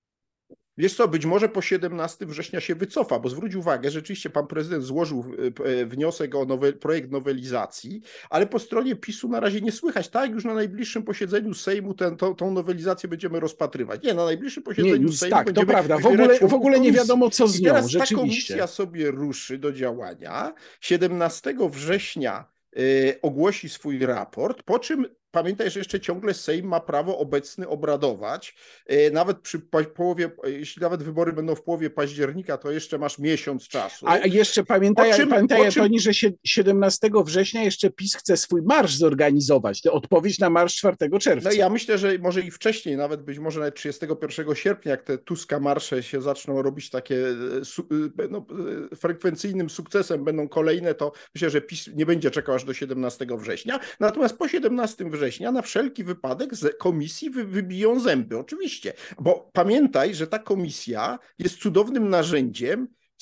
Wiesz co, być może po siedemnastego września się wycofa, bo zwróć uwagę, rzeczywiście pan prezydent złożył wniosek o nowe, projekt nowelizacji, ale po stronie PiSu na razie nie słychać. Tak, już na najbliższym posiedzeniu Sejmu ten, tą, tą nowelizację będziemy rozpatrywać. Nie, na najbliższym posiedzeniu nie, Sejmu tak, będziemy to prawda. W ogóle, w ogóle nie wiadomo, co z nią, I teraz rzeczywiście. Ta komisja sobie ruszy do działania. siedemnastego września y, ogłosi swój raport, po czym pamiętaj, że jeszcze ciągle Sejm ma prawo obecny obradować. Nawet przy połowie, jeśli nawet wybory będą w połowie października, to jeszcze masz miesiąc czasu. A jeszcze pamiętaj, czym, pamiętaj czym... Antoni, że siedemnastego września jeszcze PiS chce swój marsz zorganizować, to odpowiedź na marsz czwartego czerwca. No ja myślę, że może i wcześniej, nawet być może nawet trzydziestego pierwszego sierpnia, jak te Tuska marsze się zaczną robić takie no, frekwencyjnym sukcesem, będą kolejne, to myślę, że PiS nie będzie czekał aż do siedemnastego września. Natomiast po siedemnastego września na wszelki wypadek z komisji wy, wybiją zęby, oczywiście, bo pamiętaj, że ta komisja jest cudownym narzędziem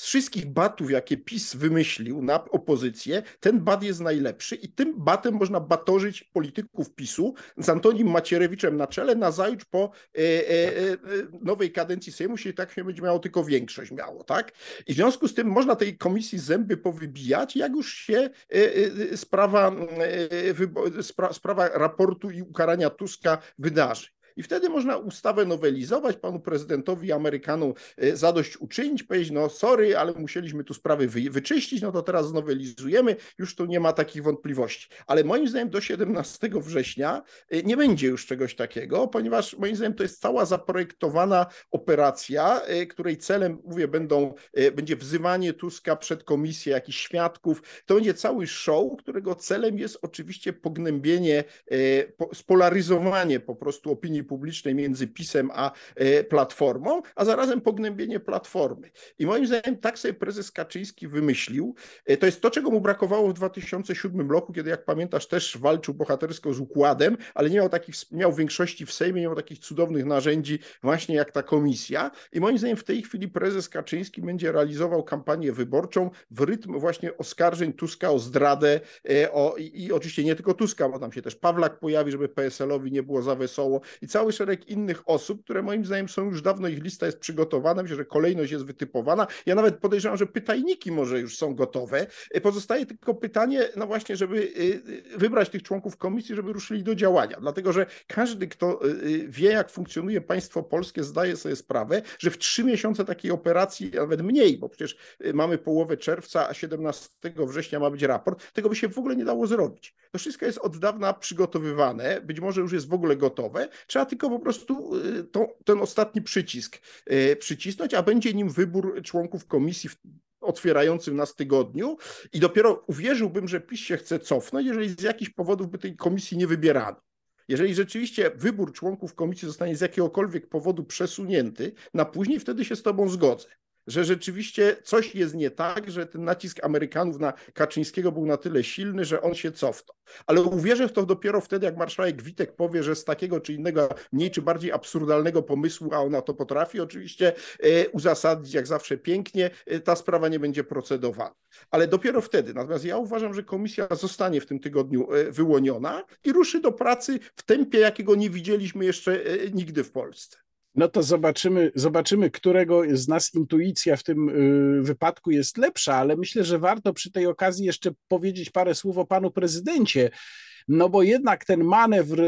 z wszystkich batów, jakie PiS wymyślił na opozycję, ten bat jest najlepszy i tym batem można batorzyć polityków PiSu z Antonim Macierewiczem na czele nazajutrz po e, e, e, nowej kadencji Sejmu, jeśli tak się będzie miało, tylko większość miało, tak? I w związku z tym można tej komisji zęby powybijać, jak już się e, e, sprawa, e, wybo- spra- sprawa raportu i ukarania Tuska wydarzy. I wtedy można ustawę nowelizować, panu prezydentowi i Amerykanom zadośćuczynić, powiedzieć, no sorry, ale musieliśmy tu sprawy wy, wyczyścić, no to teraz znowelizujemy, już tu nie ma takich wątpliwości. Ale moim zdaniem do siedemnastego września nie będzie już czegoś takiego, ponieważ moim zdaniem to jest cała zaprojektowana operacja, której celem, mówię, będą, będzie wzywanie Tuska przed komisję, jakichś świadków. To będzie cały show, którego celem jest oczywiście pognębienie, spolaryzowanie po prostu opinii publicznej między PiS-em a Platformą, a zarazem pognębienie Platformy. I moim zdaniem tak sobie prezes Kaczyński wymyślił. To jest to, czego mu brakowało w dwa tysiące siódmym roku, kiedy, jak pamiętasz, też walczył bohatersko z układem, ale nie miał takich, miał większości w Sejmie, nie miał takich cudownych narzędzi właśnie jak ta komisja. I moim zdaniem w tej chwili prezes Kaczyński będzie realizował kampanię wyborczą w rytm właśnie oskarżeń Tuska o zdradę o, i, i oczywiście nie tylko Tuska, bo tam się też Pawlak pojawi, żeby P S L-owi nie było za wesoło i cały szereg innych osób, które moim zdaniem są już dawno, ich lista jest przygotowana, myślę, że kolejność jest wytypowana. Ja nawet podejrzewam, że pytajniki może już są gotowe. Pozostaje tylko pytanie, no właśnie, żeby wybrać tych członków komisji, żeby ruszyli do działania. Dlatego, że każdy, kto wie, jak funkcjonuje państwo polskie, zdaje sobie sprawę, że w trzy miesiące takiej operacji, nawet mniej, bo przecież mamy połowę czerwca, a siedemnastego września ma być raport, tego by się w ogóle nie dało zrobić. To wszystko jest od dawna przygotowywane, być może już jest w ogóle gotowe. Trzeba tylko po prostu to, ten ostatni przycisk przycisnąć, a będzie nim wybór członków komisji w otwierającym nas tygodniu i dopiero uwierzyłbym, że PiS się chce cofnąć, jeżeli z jakichś powodów by tej komisji nie wybierano. Jeżeli rzeczywiście wybór członków komisji zostanie z jakiegokolwiek powodu przesunięty na później, wtedy się z tobą zgodzę. Że rzeczywiście coś jest nie tak, że ten nacisk Amerykanów na Kaczyńskiego był na tyle silny, że on się cofnął. Ale uwierzę w to dopiero wtedy, jak marszałek Witek powie, że z takiego czy innego, mniej czy bardziej absurdalnego pomysłu, a ona to potrafi oczywiście e, uzasadnić jak zawsze pięknie, e, ta sprawa nie będzie procedowana. Ale dopiero wtedy. Natomiast ja uważam, że komisja zostanie w tym tygodniu e, wyłoniona i ruszy do pracy w tempie, jakiego nie widzieliśmy jeszcze e, nigdy w Polsce. No to zobaczymy, zobaczymy, którego z nas intuicja w tym wypadku jest lepsza, ale myślę, że warto przy tej okazji jeszcze powiedzieć parę słów o panu prezydencie, no bo jednak ten manewr,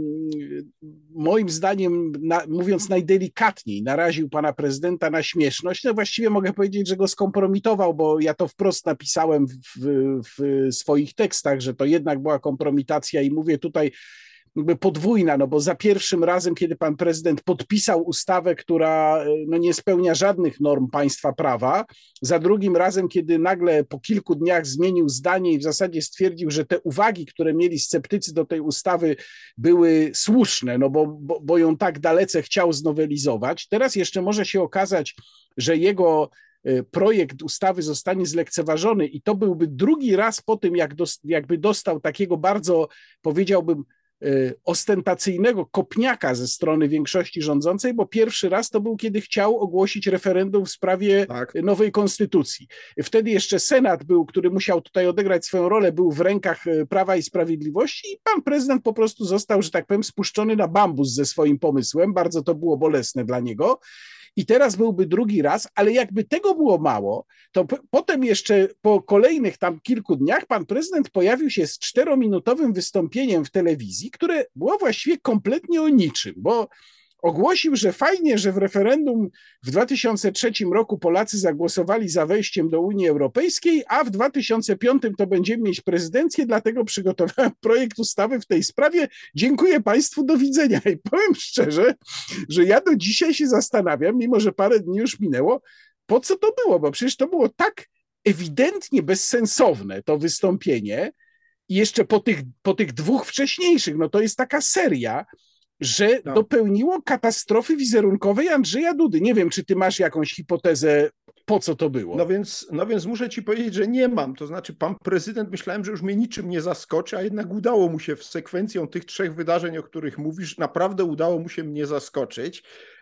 moim zdaniem, na, mówiąc najdelikatniej, naraził pana prezydenta na śmieszność. No właściwie mogę powiedzieć, że go skompromitował, bo ja to wprost napisałem w, w swoich tekstach, że to jednak była kompromitacja i mówię tutaj jakby podwójna, no bo za pierwszym razem, kiedy pan prezydent podpisał ustawę, która no nie spełnia żadnych norm państwa prawa, za drugim razem, kiedy nagle po kilku dniach zmienił zdanie i w zasadzie stwierdził, że te uwagi, które mieli sceptycy do tej ustawy, były słuszne, no bo, bo, bo ją tak dalece chciał znowelizować. Teraz jeszcze może się okazać, że jego projekt ustawy zostanie zlekceważony i to byłby drugi raz po tym, jak dos, jakby dostał takiego bardzo, powiedziałbym, ostentacyjnego kopniaka ze strony większości rządzącej, bo pierwszy raz to był, kiedy chciał ogłosić referendum w sprawie tak. nowej konstytucji. Wtedy jeszcze Senat był, który musiał tutaj odegrać swoją rolę, był w rękach Prawa i Sprawiedliwości i pan prezydent po prostu został, że tak powiem, spuszczony na bambus ze swoim pomysłem. Bardzo to było bolesne dla niego. I teraz byłby drugi raz, ale jakby tego było mało, to p- potem jeszcze po kolejnych tam kilku dniach pan prezydent pojawił się z czterominutowym wystąpieniem w telewizji, które było właściwie kompletnie o niczym, bo ogłosił, że fajnie, że w referendum w dwa tysiące trzecim roku Polacy zagłosowali za wejściem do Unii Europejskiej, a w dwa tysiące piątym to będziemy mieć prezydencję, dlatego przygotowałem projekt ustawy w tej sprawie. Dziękuję Państwu, do widzenia. I powiem szczerze, że ja do dzisiaj się zastanawiam, mimo że parę dni już minęło, po co to było, bo przecież to było tak ewidentnie bezsensowne to wystąpienie i jeszcze po tych, po tych dwóch wcześniejszych, no to jest taka seria, że no. dopełniło katastrofy wizerunkowej Andrzeja Dudy. Nie wiem, czy ty masz jakąś hipotezę, po co to było? No więc, no więc muszę ci powiedzieć, że nie mam. To znaczy pan prezydent, myślałem, że już mnie niczym nie zaskoczy, a jednak udało mu się w sekwencją tych trzech wydarzeń, o których mówisz, naprawdę udało mu się mnie zaskoczyć.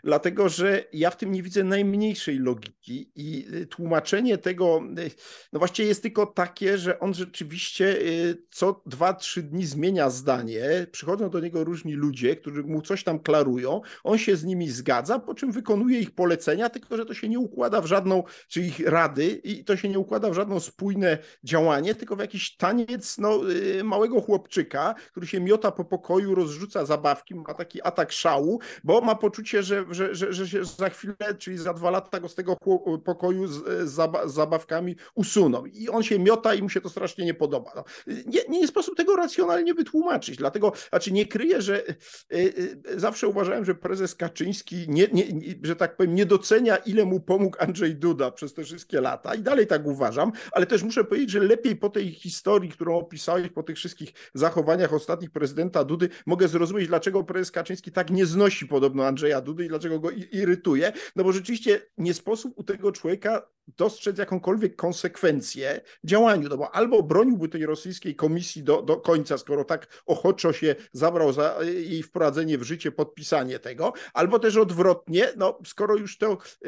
dlatego że ja w tym nie widzę najmniejszej logiki i tłumaczenie tego, no właściwie jest tylko takie, że on rzeczywiście co dwa, trzy dni zmienia zdanie, przychodzą do niego różni ludzie, którzy mu coś tam klarują, on się z nimi zgadza, po czym wykonuje ich polecenia, tylko że to się nie układa w żadną, czy ich rady i to się nie układa w żadną spójne działanie, tylko w jakiś taniec no, małego chłopczyka, który się miota po pokoju, rozrzuca zabawki, ma taki atak szału, bo ma poczucie, że, że, że, że się za chwilę, czyli za dwa lata go z tego pokoju z, z zabawkami usuną. I on się miota i mu się to strasznie nie podoba. No, nie, nie sposób tego racjonalnie wytłumaczyć, dlatego, znaczy nie kryję, że y, y, zawsze uważałem, że prezes Kaczyński, nie, nie, że tak powiem, nie docenia, ile mu pomógł Andrzej Duda przez te wszystkie lata i dalej tak uważam, ale też muszę powiedzieć, że lepiej po tej historii, którą opisałeś, po tych wszystkich zachowaniach ostatnich prezydenta Dudy, mogę zrozumieć, dlaczego prezes Kaczyński tak nie znosi podobno Andrzeja Dudy i dlaczego go irytuje, no bo rzeczywiście nie sposób u tego człowieka dostrzec jakąkolwiek konsekwencję w działaniu, no bo albo broniłby tej rosyjskiej komisji do, do końca, skoro tak ochoczo się zabrał za jej wprowadzenie w życie, podpisanie tego, albo też odwrotnie, no skoro już to yy,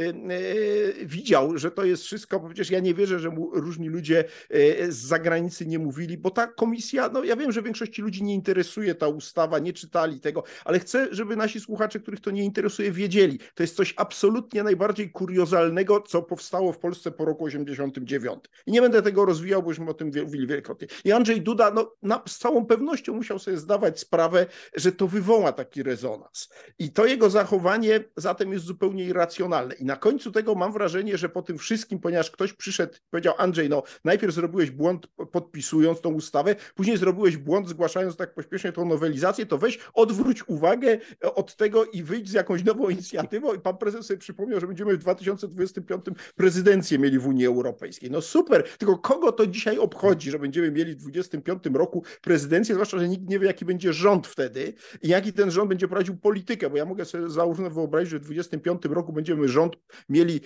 yy, widział, że to jest wszystko, bo przecież ja nie wierzę, że mu różni ludzie yy, z zagranicy nie mówili, bo ta komisja, no ja wiem, że większości ludzi nie interesuje ta ustawa, nie czytali tego, ale chcę, żeby nasi słuchacze, których to nie interesuje, wiedzieli, to jest coś absolutnie najbardziej kuriozalnego, co powstało w Polsce po roku osiemdziesiątym dziewiątym. I nie będę tego rozwijał, bo już o tym mówili wielokrotnie. I Andrzej Duda no, na, z całą pewnością musiał sobie zdawać sprawę, że to wywoła taki rezonans. I to jego zachowanie zatem jest zupełnie irracjonalne. I na końcu tego mam wrażenie, że po tym wszystkim, ponieważ ktoś przyszedł i powiedział: Andrzej, no najpierw zrobiłeś błąd podpisując tą ustawę, później zrobiłeś błąd zgłaszając tak pośpiesznie tą nowelizację, to weź odwróć uwagę od tego i wyjdź z jakąś nową inicjatywą. I pan prezes sobie przypomniał, że będziemy w dwa tysiące dwudziestym piątym prezydencję mieli w Unii Europejskiej. No super, tylko kogo to dzisiaj obchodzi, że będziemy mieli w dwudziestym piątym roku prezydencję, zwłaszcza, że nikt nie wie, jaki będzie rząd wtedy i jaki ten rząd będzie prowadził politykę, bo ja mogę sobie załóżmy wyobrazić, że w dwudziestym piątym roku będziemy rząd mieli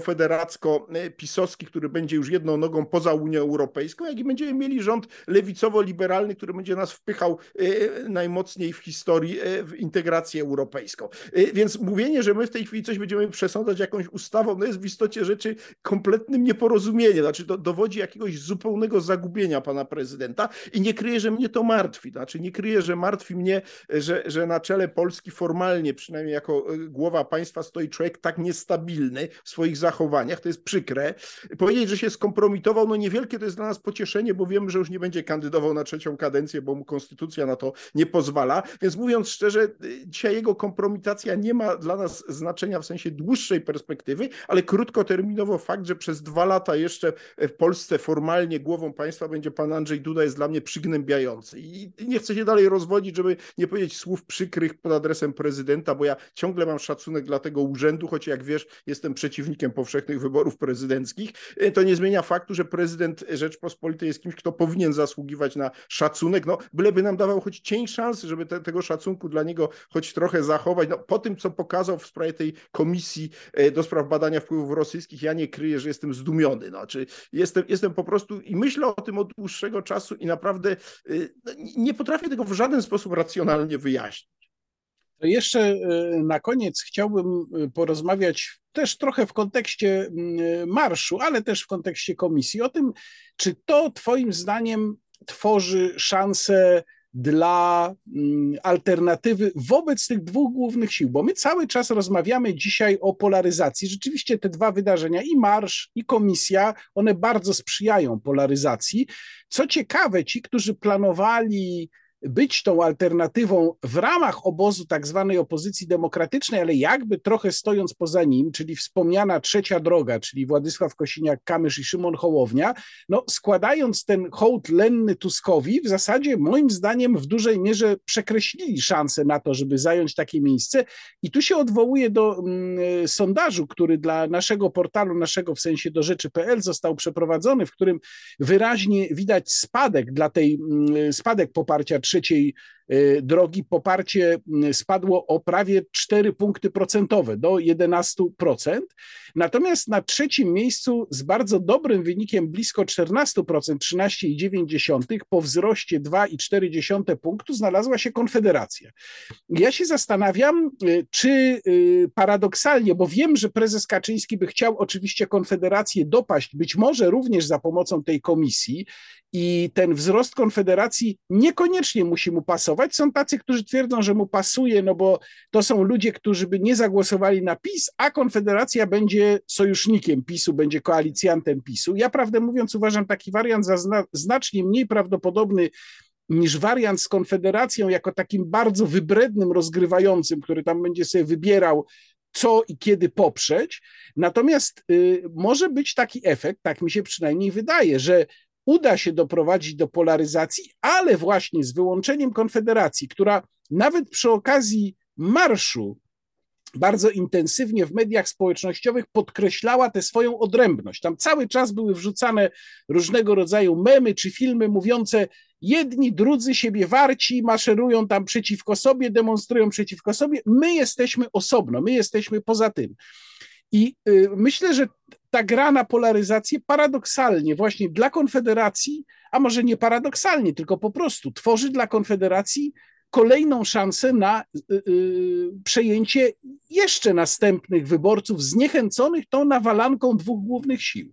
konfederacko-pisowski, który będzie już jedną nogą poza Unią Europejską, jak i będziemy mieli rząd lewicowo-liberalny, który będzie nas wpychał najmocniej w historii w integrację europejską. Więc mówienie, że my w tej chwili coś będziemy przesądzać jakąś ustawą, no jest w istocie rzeczy kompletnym nieporozumieniem, znaczy to dowodzi jakiegoś zupełnego zagubienia pana prezydenta i nie kryję, że mnie to martwi, znaczy nie kryję, że martwi mnie, że, że na czele Polski formalnie, przynajmniej jako głowa państwa, stoi człowiek tak niestabilny w swoich zachowaniach, to jest przykre. Powiedzieć, że się skompromitował, no niewielkie to jest dla nas pocieszenie, bo wiemy, że już nie będzie kandydował na trzecią kadencję, bo mu konstytucja na to nie pozwala, więc mówiąc szczerze, dzisiaj jego kompromitacja nie ma dla nas znaczenia w sensie dłuższej perspektywy, ale krótkoterminowo fakt, że przez dwa lata jeszcze w Polsce formalnie głową państwa będzie pan Andrzej Duda, jest dla mnie przygnębiający. I nie chcę się dalej rozwodzić, żeby nie powiedzieć słów przykrych pod adresem prezydenta, bo ja ciągle mam szacunek dla tego urzędu, choć jak wiesz, jestem przeciwnikiem powszechnych wyborów prezydenckich. To nie zmienia faktu, że prezydent Rzeczpospolitej jest kimś, kto powinien zasługiwać na szacunek. No, byleby nam dawał choć cień szansy, żeby te, tego szacunku dla niego choć trochę zachować. No, po tym, co pokazał w sprawie tej komisji do spraw badania wpływów rosyjskich, ja nie kryję, że jestem zdumiony. Znaczy, jestem, jestem po prostu i myślę o tym od dłuższego czasu i naprawdę nie potrafię tego w żaden sposób racjonalnie wyjaśnić. To jeszcze na koniec chciałbym porozmawiać też trochę w kontekście marszu, ale też w kontekście komisji, o tym, czy to twoim zdaniem tworzy szansę dla alternatywy wobec tych dwóch głównych sił, bo my cały czas rozmawiamy dzisiaj o polaryzacji. Rzeczywiście te dwa wydarzenia, i marsz, i komisja, one bardzo sprzyjają polaryzacji. Co ciekawe, ci, którzy planowali być tą alternatywą w ramach obozu tak zwanej opozycji demokratycznej, ale jakby trochę stojąc poza nim, czyli wspomniana trzecia droga, czyli Władysław Kosiniak-Kamysz i Szymon Hołownia, no składając ten hołd lenny Tuskowi, w zasadzie moim zdaniem w dużej mierze przekreślili szansę na to, żeby zająć takie miejsce. I tu się odwołuję do mm, sondażu, który dla naszego portalu, naszego w sensie do rzeczy kropka p l został przeprowadzony, w którym wyraźnie widać spadek dla tej, mm, spadek poparcia trzeciej drogi, poparcie spadło o prawie cztery punkty procentowe, do jedenaście procent. Natomiast na trzecim miejscu z bardzo dobrym wynikiem blisko czternaście procent, trzynaście przecinek dziewięć po wzroście dwa przecinek cztery punktu znalazła się Konfederacja. Ja się zastanawiam, czy paradoksalnie, bo wiem, że prezes Kaczyński by chciał oczywiście Konfederację dopaść, być może również za pomocą tej komisji, i ten wzrost Konfederacji niekoniecznie musi mu pasować. Są tacy, którzy twierdzą, że mu pasuje, no bo to są ludzie, którzy by nie zagłosowali na PiS, a Konfederacja będzie sojusznikiem PiSu, będzie koalicjantem PiSu. Ja prawdę mówiąc uważam taki wariant za zna- znacznie mniej prawdopodobny niż wariant z Konfederacją jako takim bardzo wybrednym rozgrywającym, który tam będzie sobie wybierał, co i kiedy poprzeć. Natomiast y, może być taki efekt, tak mi się przynajmniej wydaje, że uda się doprowadzić do polaryzacji, ale właśnie z wyłączeniem Konfederacji, która nawet przy okazji marszu bardzo intensywnie w mediach społecznościowych podkreślała tę swoją odrębność. Tam cały czas były wrzucane różnego rodzaju memy czy filmy mówiące: jedni, drudzy siebie warci, maszerują tam przeciwko sobie, demonstrują przeciwko sobie, my jesteśmy osobno, my jesteśmy poza tym. I y, myślę, że ta gra na polaryzację paradoksalnie właśnie dla Konfederacji, a może nie paradoksalnie, tylko po prostu tworzy dla Konfederacji kolejną szansę na y, y, przejęcie jeszcze następnych wyborców zniechęconych tą nawalanką dwóch głównych sił.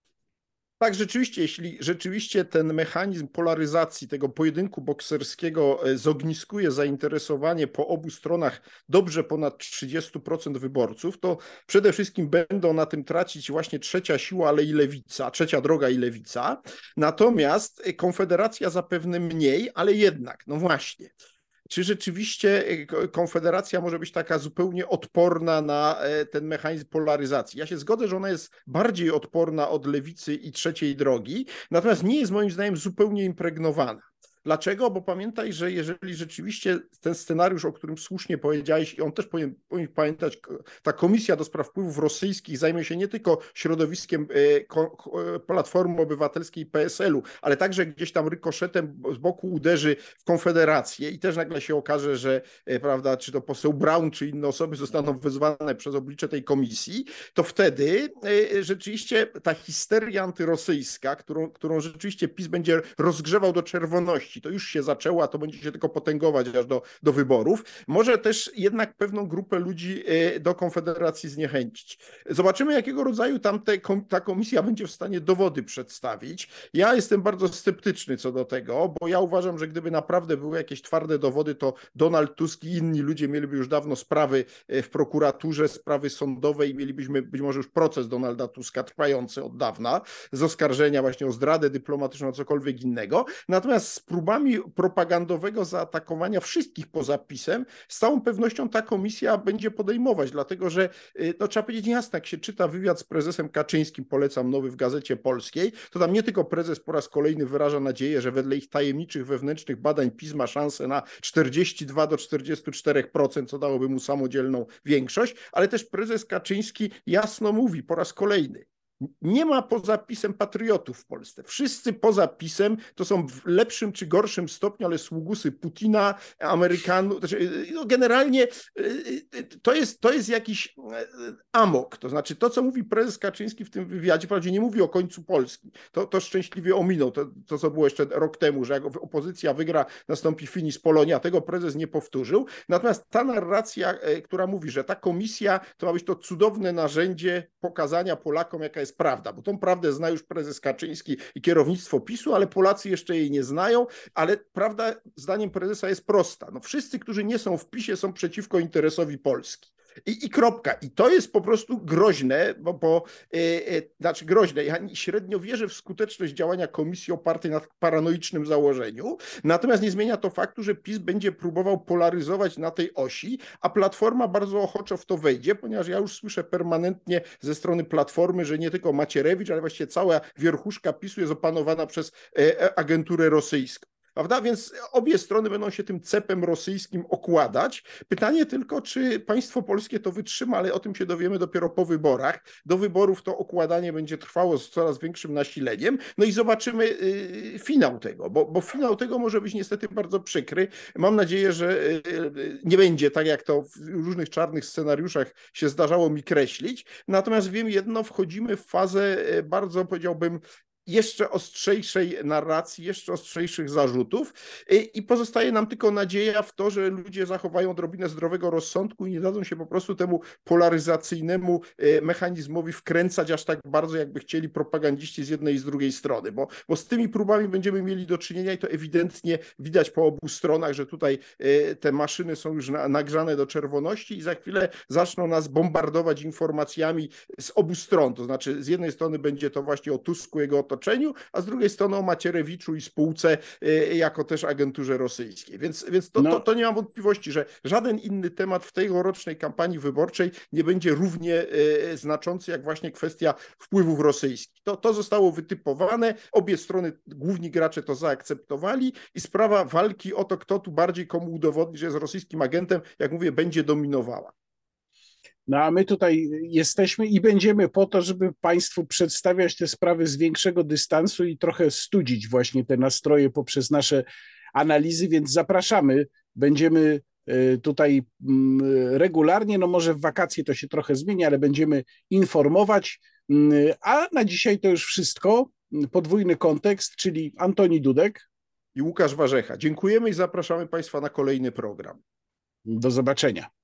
Tak, rzeczywiście, jeśli rzeczywiście ten mechanizm polaryzacji tego pojedynku bokserskiego zogniskuje zainteresowanie po obu stronach dobrze ponad trzydzieści procent wyborców, to przede wszystkim będą na tym tracić właśnie trzecia siła, ale i lewica, trzecia droga i lewica. Natomiast Konfederacja zapewne mniej, ale jednak, no właśnie. Czy rzeczywiście Konfederacja może być taka zupełnie odporna na ten mechanizm polaryzacji? Ja się zgodzę, że ona jest bardziej odporna od lewicy i trzeciej drogi, natomiast nie jest moim zdaniem zupełnie impregnowana. Dlaczego? Bo pamiętaj, że jeżeli rzeczywiście ten scenariusz, o którym słusznie powiedziałeś, i on też powinien, powinien pamiętać, ta komisja do spraw wpływów rosyjskich zajmie się nie tylko środowiskiem Platformy Obywatelskiej i P S L u, ale także gdzieś tam rykoszetem z boku uderzy w Konfederację i też nagle się okaże, że prawda, czy to poseł Braun, czy inne osoby zostaną wezwane przez oblicze tej komisji, to wtedy rzeczywiście ta histeria antyrosyjska, którą, którą rzeczywiście PiS będzie rozgrzewał do czerwoności, to już się zaczęło, a to będzie się tylko potęgować aż do, do wyborów, może też jednak pewną grupę ludzi do Konfederacji zniechęcić. Zobaczymy, jakiego rodzaju tam te, ta komisja będzie w stanie dowody przedstawić. Ja jestem bardzo sceptyczny co do tego, bo ja uważam, że gdyby naprawdę były jakieś twarde dowody, to Donald Tusk i inni ludzie mieliby już dawno sprawy w prokuraturze, sprawy sądowe i mielibyśmy być może już proces Donalda Tuska trwający od dawna z oskarżenia właśnie o zdradę dyplomatyczną, o cokolwiek innego. Natomiast z próbami propagandowego zaatakowania wszystkich poza PiS-em z całą pewnością ta komisja będzie podejmować, dlatego że no, trzeba powiedzieć jasno, jak się czyta wywiad z prezesem Kaczyńskim, polecam nowy w Gazecie Polskiej, to tam nie tylko prezes po raz kolejny wyraża nadzieję, że wedle ich tajemniczych wewnętrznych badań PiS ma szansę na czterdzieści dwa do czterdziestu czterech procent, co dałoby mu samodzielną większość, ale też prezes Kaczyński jasno mówi po raz kolejny: nie ma poza PiS-em patriotów w Polsce. Wszyscy poza PiS-em to są w lepszym czy gorszym stopniu, ale sługusy Putina, Amerykanów. No generalnie to jest, to jest jakiś amok. To znaczy to, co mówi prezes Kaczyński w tym wywiadzie, wprawdzie nie mówi o końcu Polski. To, to szczęśliwie ominął. To, to, co było jeszcze rok temu, że jak opozycja wygra, nastąpi finis Polonia. Tego prezes nie powtórzył. Natomiast ta narracja, która mówi, że ta komisja to ma być to cudowne narzędzie pokazania Polakom, jaka jest prawda, bo tą prawdę zna już prezes Kaczyński i kierownictwo PiS-u, ale Polacy jeszcze jej nie znają, ale prawda zdaniem prezesa jest prosta. No wszyscy, którzy nie są w PiS-ie, są przeciwko interesowi Polski. I, I kropka. I to jest po prostu groźne, bo, bo e, e, znaczy groźne. Ja średnio wierzę w skuteczność działania komisji opartej na paranoicznym założeniu, natomiast nie zmienia to faktu, że PiS będzie próbował polaryzować na tej osi, a Platforma bardzo ochoczo w to wejdzie, ponieważ ja już słyszę permanentnie ze strony Platformy, że nie tylko Macierewicz, ale właściwie cała wierchuszka PiS-u jest opanowana przez e, agenturę rosyjską. prawda? Więc obie strony będą się tym cepem rosyjskim okładać. Pytanie tylko, czy państwo polskie to wytrzyma, ale o tym się dowiemy dopiero po wyborach. Do wyborów to okładanie będzie trwało z coraz większym nasileniem. No i zobaczymy y, finał tego, bo, bo finał tego może być niestety bardzo przykry. Mam nadzieję, że y, y, nie będzie tak, jak to w różnych czarnych scenariuszach się zdarzało mi kreślić. Natomiast wiem jedno, wchodzimy w fazę bardzo, powiedziałbym, jeszcze ostrzejszej narracji, jeszcze ostrzejszych zarzutów i pozostaje nam tylko nadzieja w to, że ludzie zachowają odrobinę zdrowego rozsądku i nie dadzą się po prostu temu polaryzacyjnemu mechanizmowi wkręcać aż tak bardzo, jakby chcieli propagandziści z jednej i z drugiej strony, bo, bo z tymi próbami będziemy mieli do czynienia i to ewidentnie widać po obu stronach, że tutaj te maszyny są już nagrzane do czerwoności i za chwilę zaczną nas bombardować informacjami z obu stron, to znaczy z jednej strony będzie to właśnie o Tusku, jego otoczeniu, a z drugiej strony o Macierewiczu i spółce jako też agenturze rosyjskiej. Więc, więc to, no. to, to nie mam wątpliwości, że żaden inny temat w tegorocznej kampanii wyborczej nie będzie równie znaczący jak właśnie kwestia wpływów rosyjskich. To, to zostało wytypowane, obie strony, główni gracze to zaakceptowali i sprawa walki o to, kto tu bardziej komu udowodni, że jest rosyjskim agentem, jak mówię, będzie dominowała. No a my tutaj jesteśmy i będziemy po to, żeby Państwu przedstawiać te sprawy z większego dystansu i trochę studzić właśnie te nastroje poprzez nasze analizy, więc zapraszamy. Będziemy tutaj regularnie, no może w wakacje to się trochę zmieni, ale będziemy informować. A na dzisiaj to już wszystko. Podwójny kontekst, czyli Antoni Dudek i Łukasz Warzecha. Dziękujemy i zapraszamy Państwa na kolejny program. Do zobaczenia.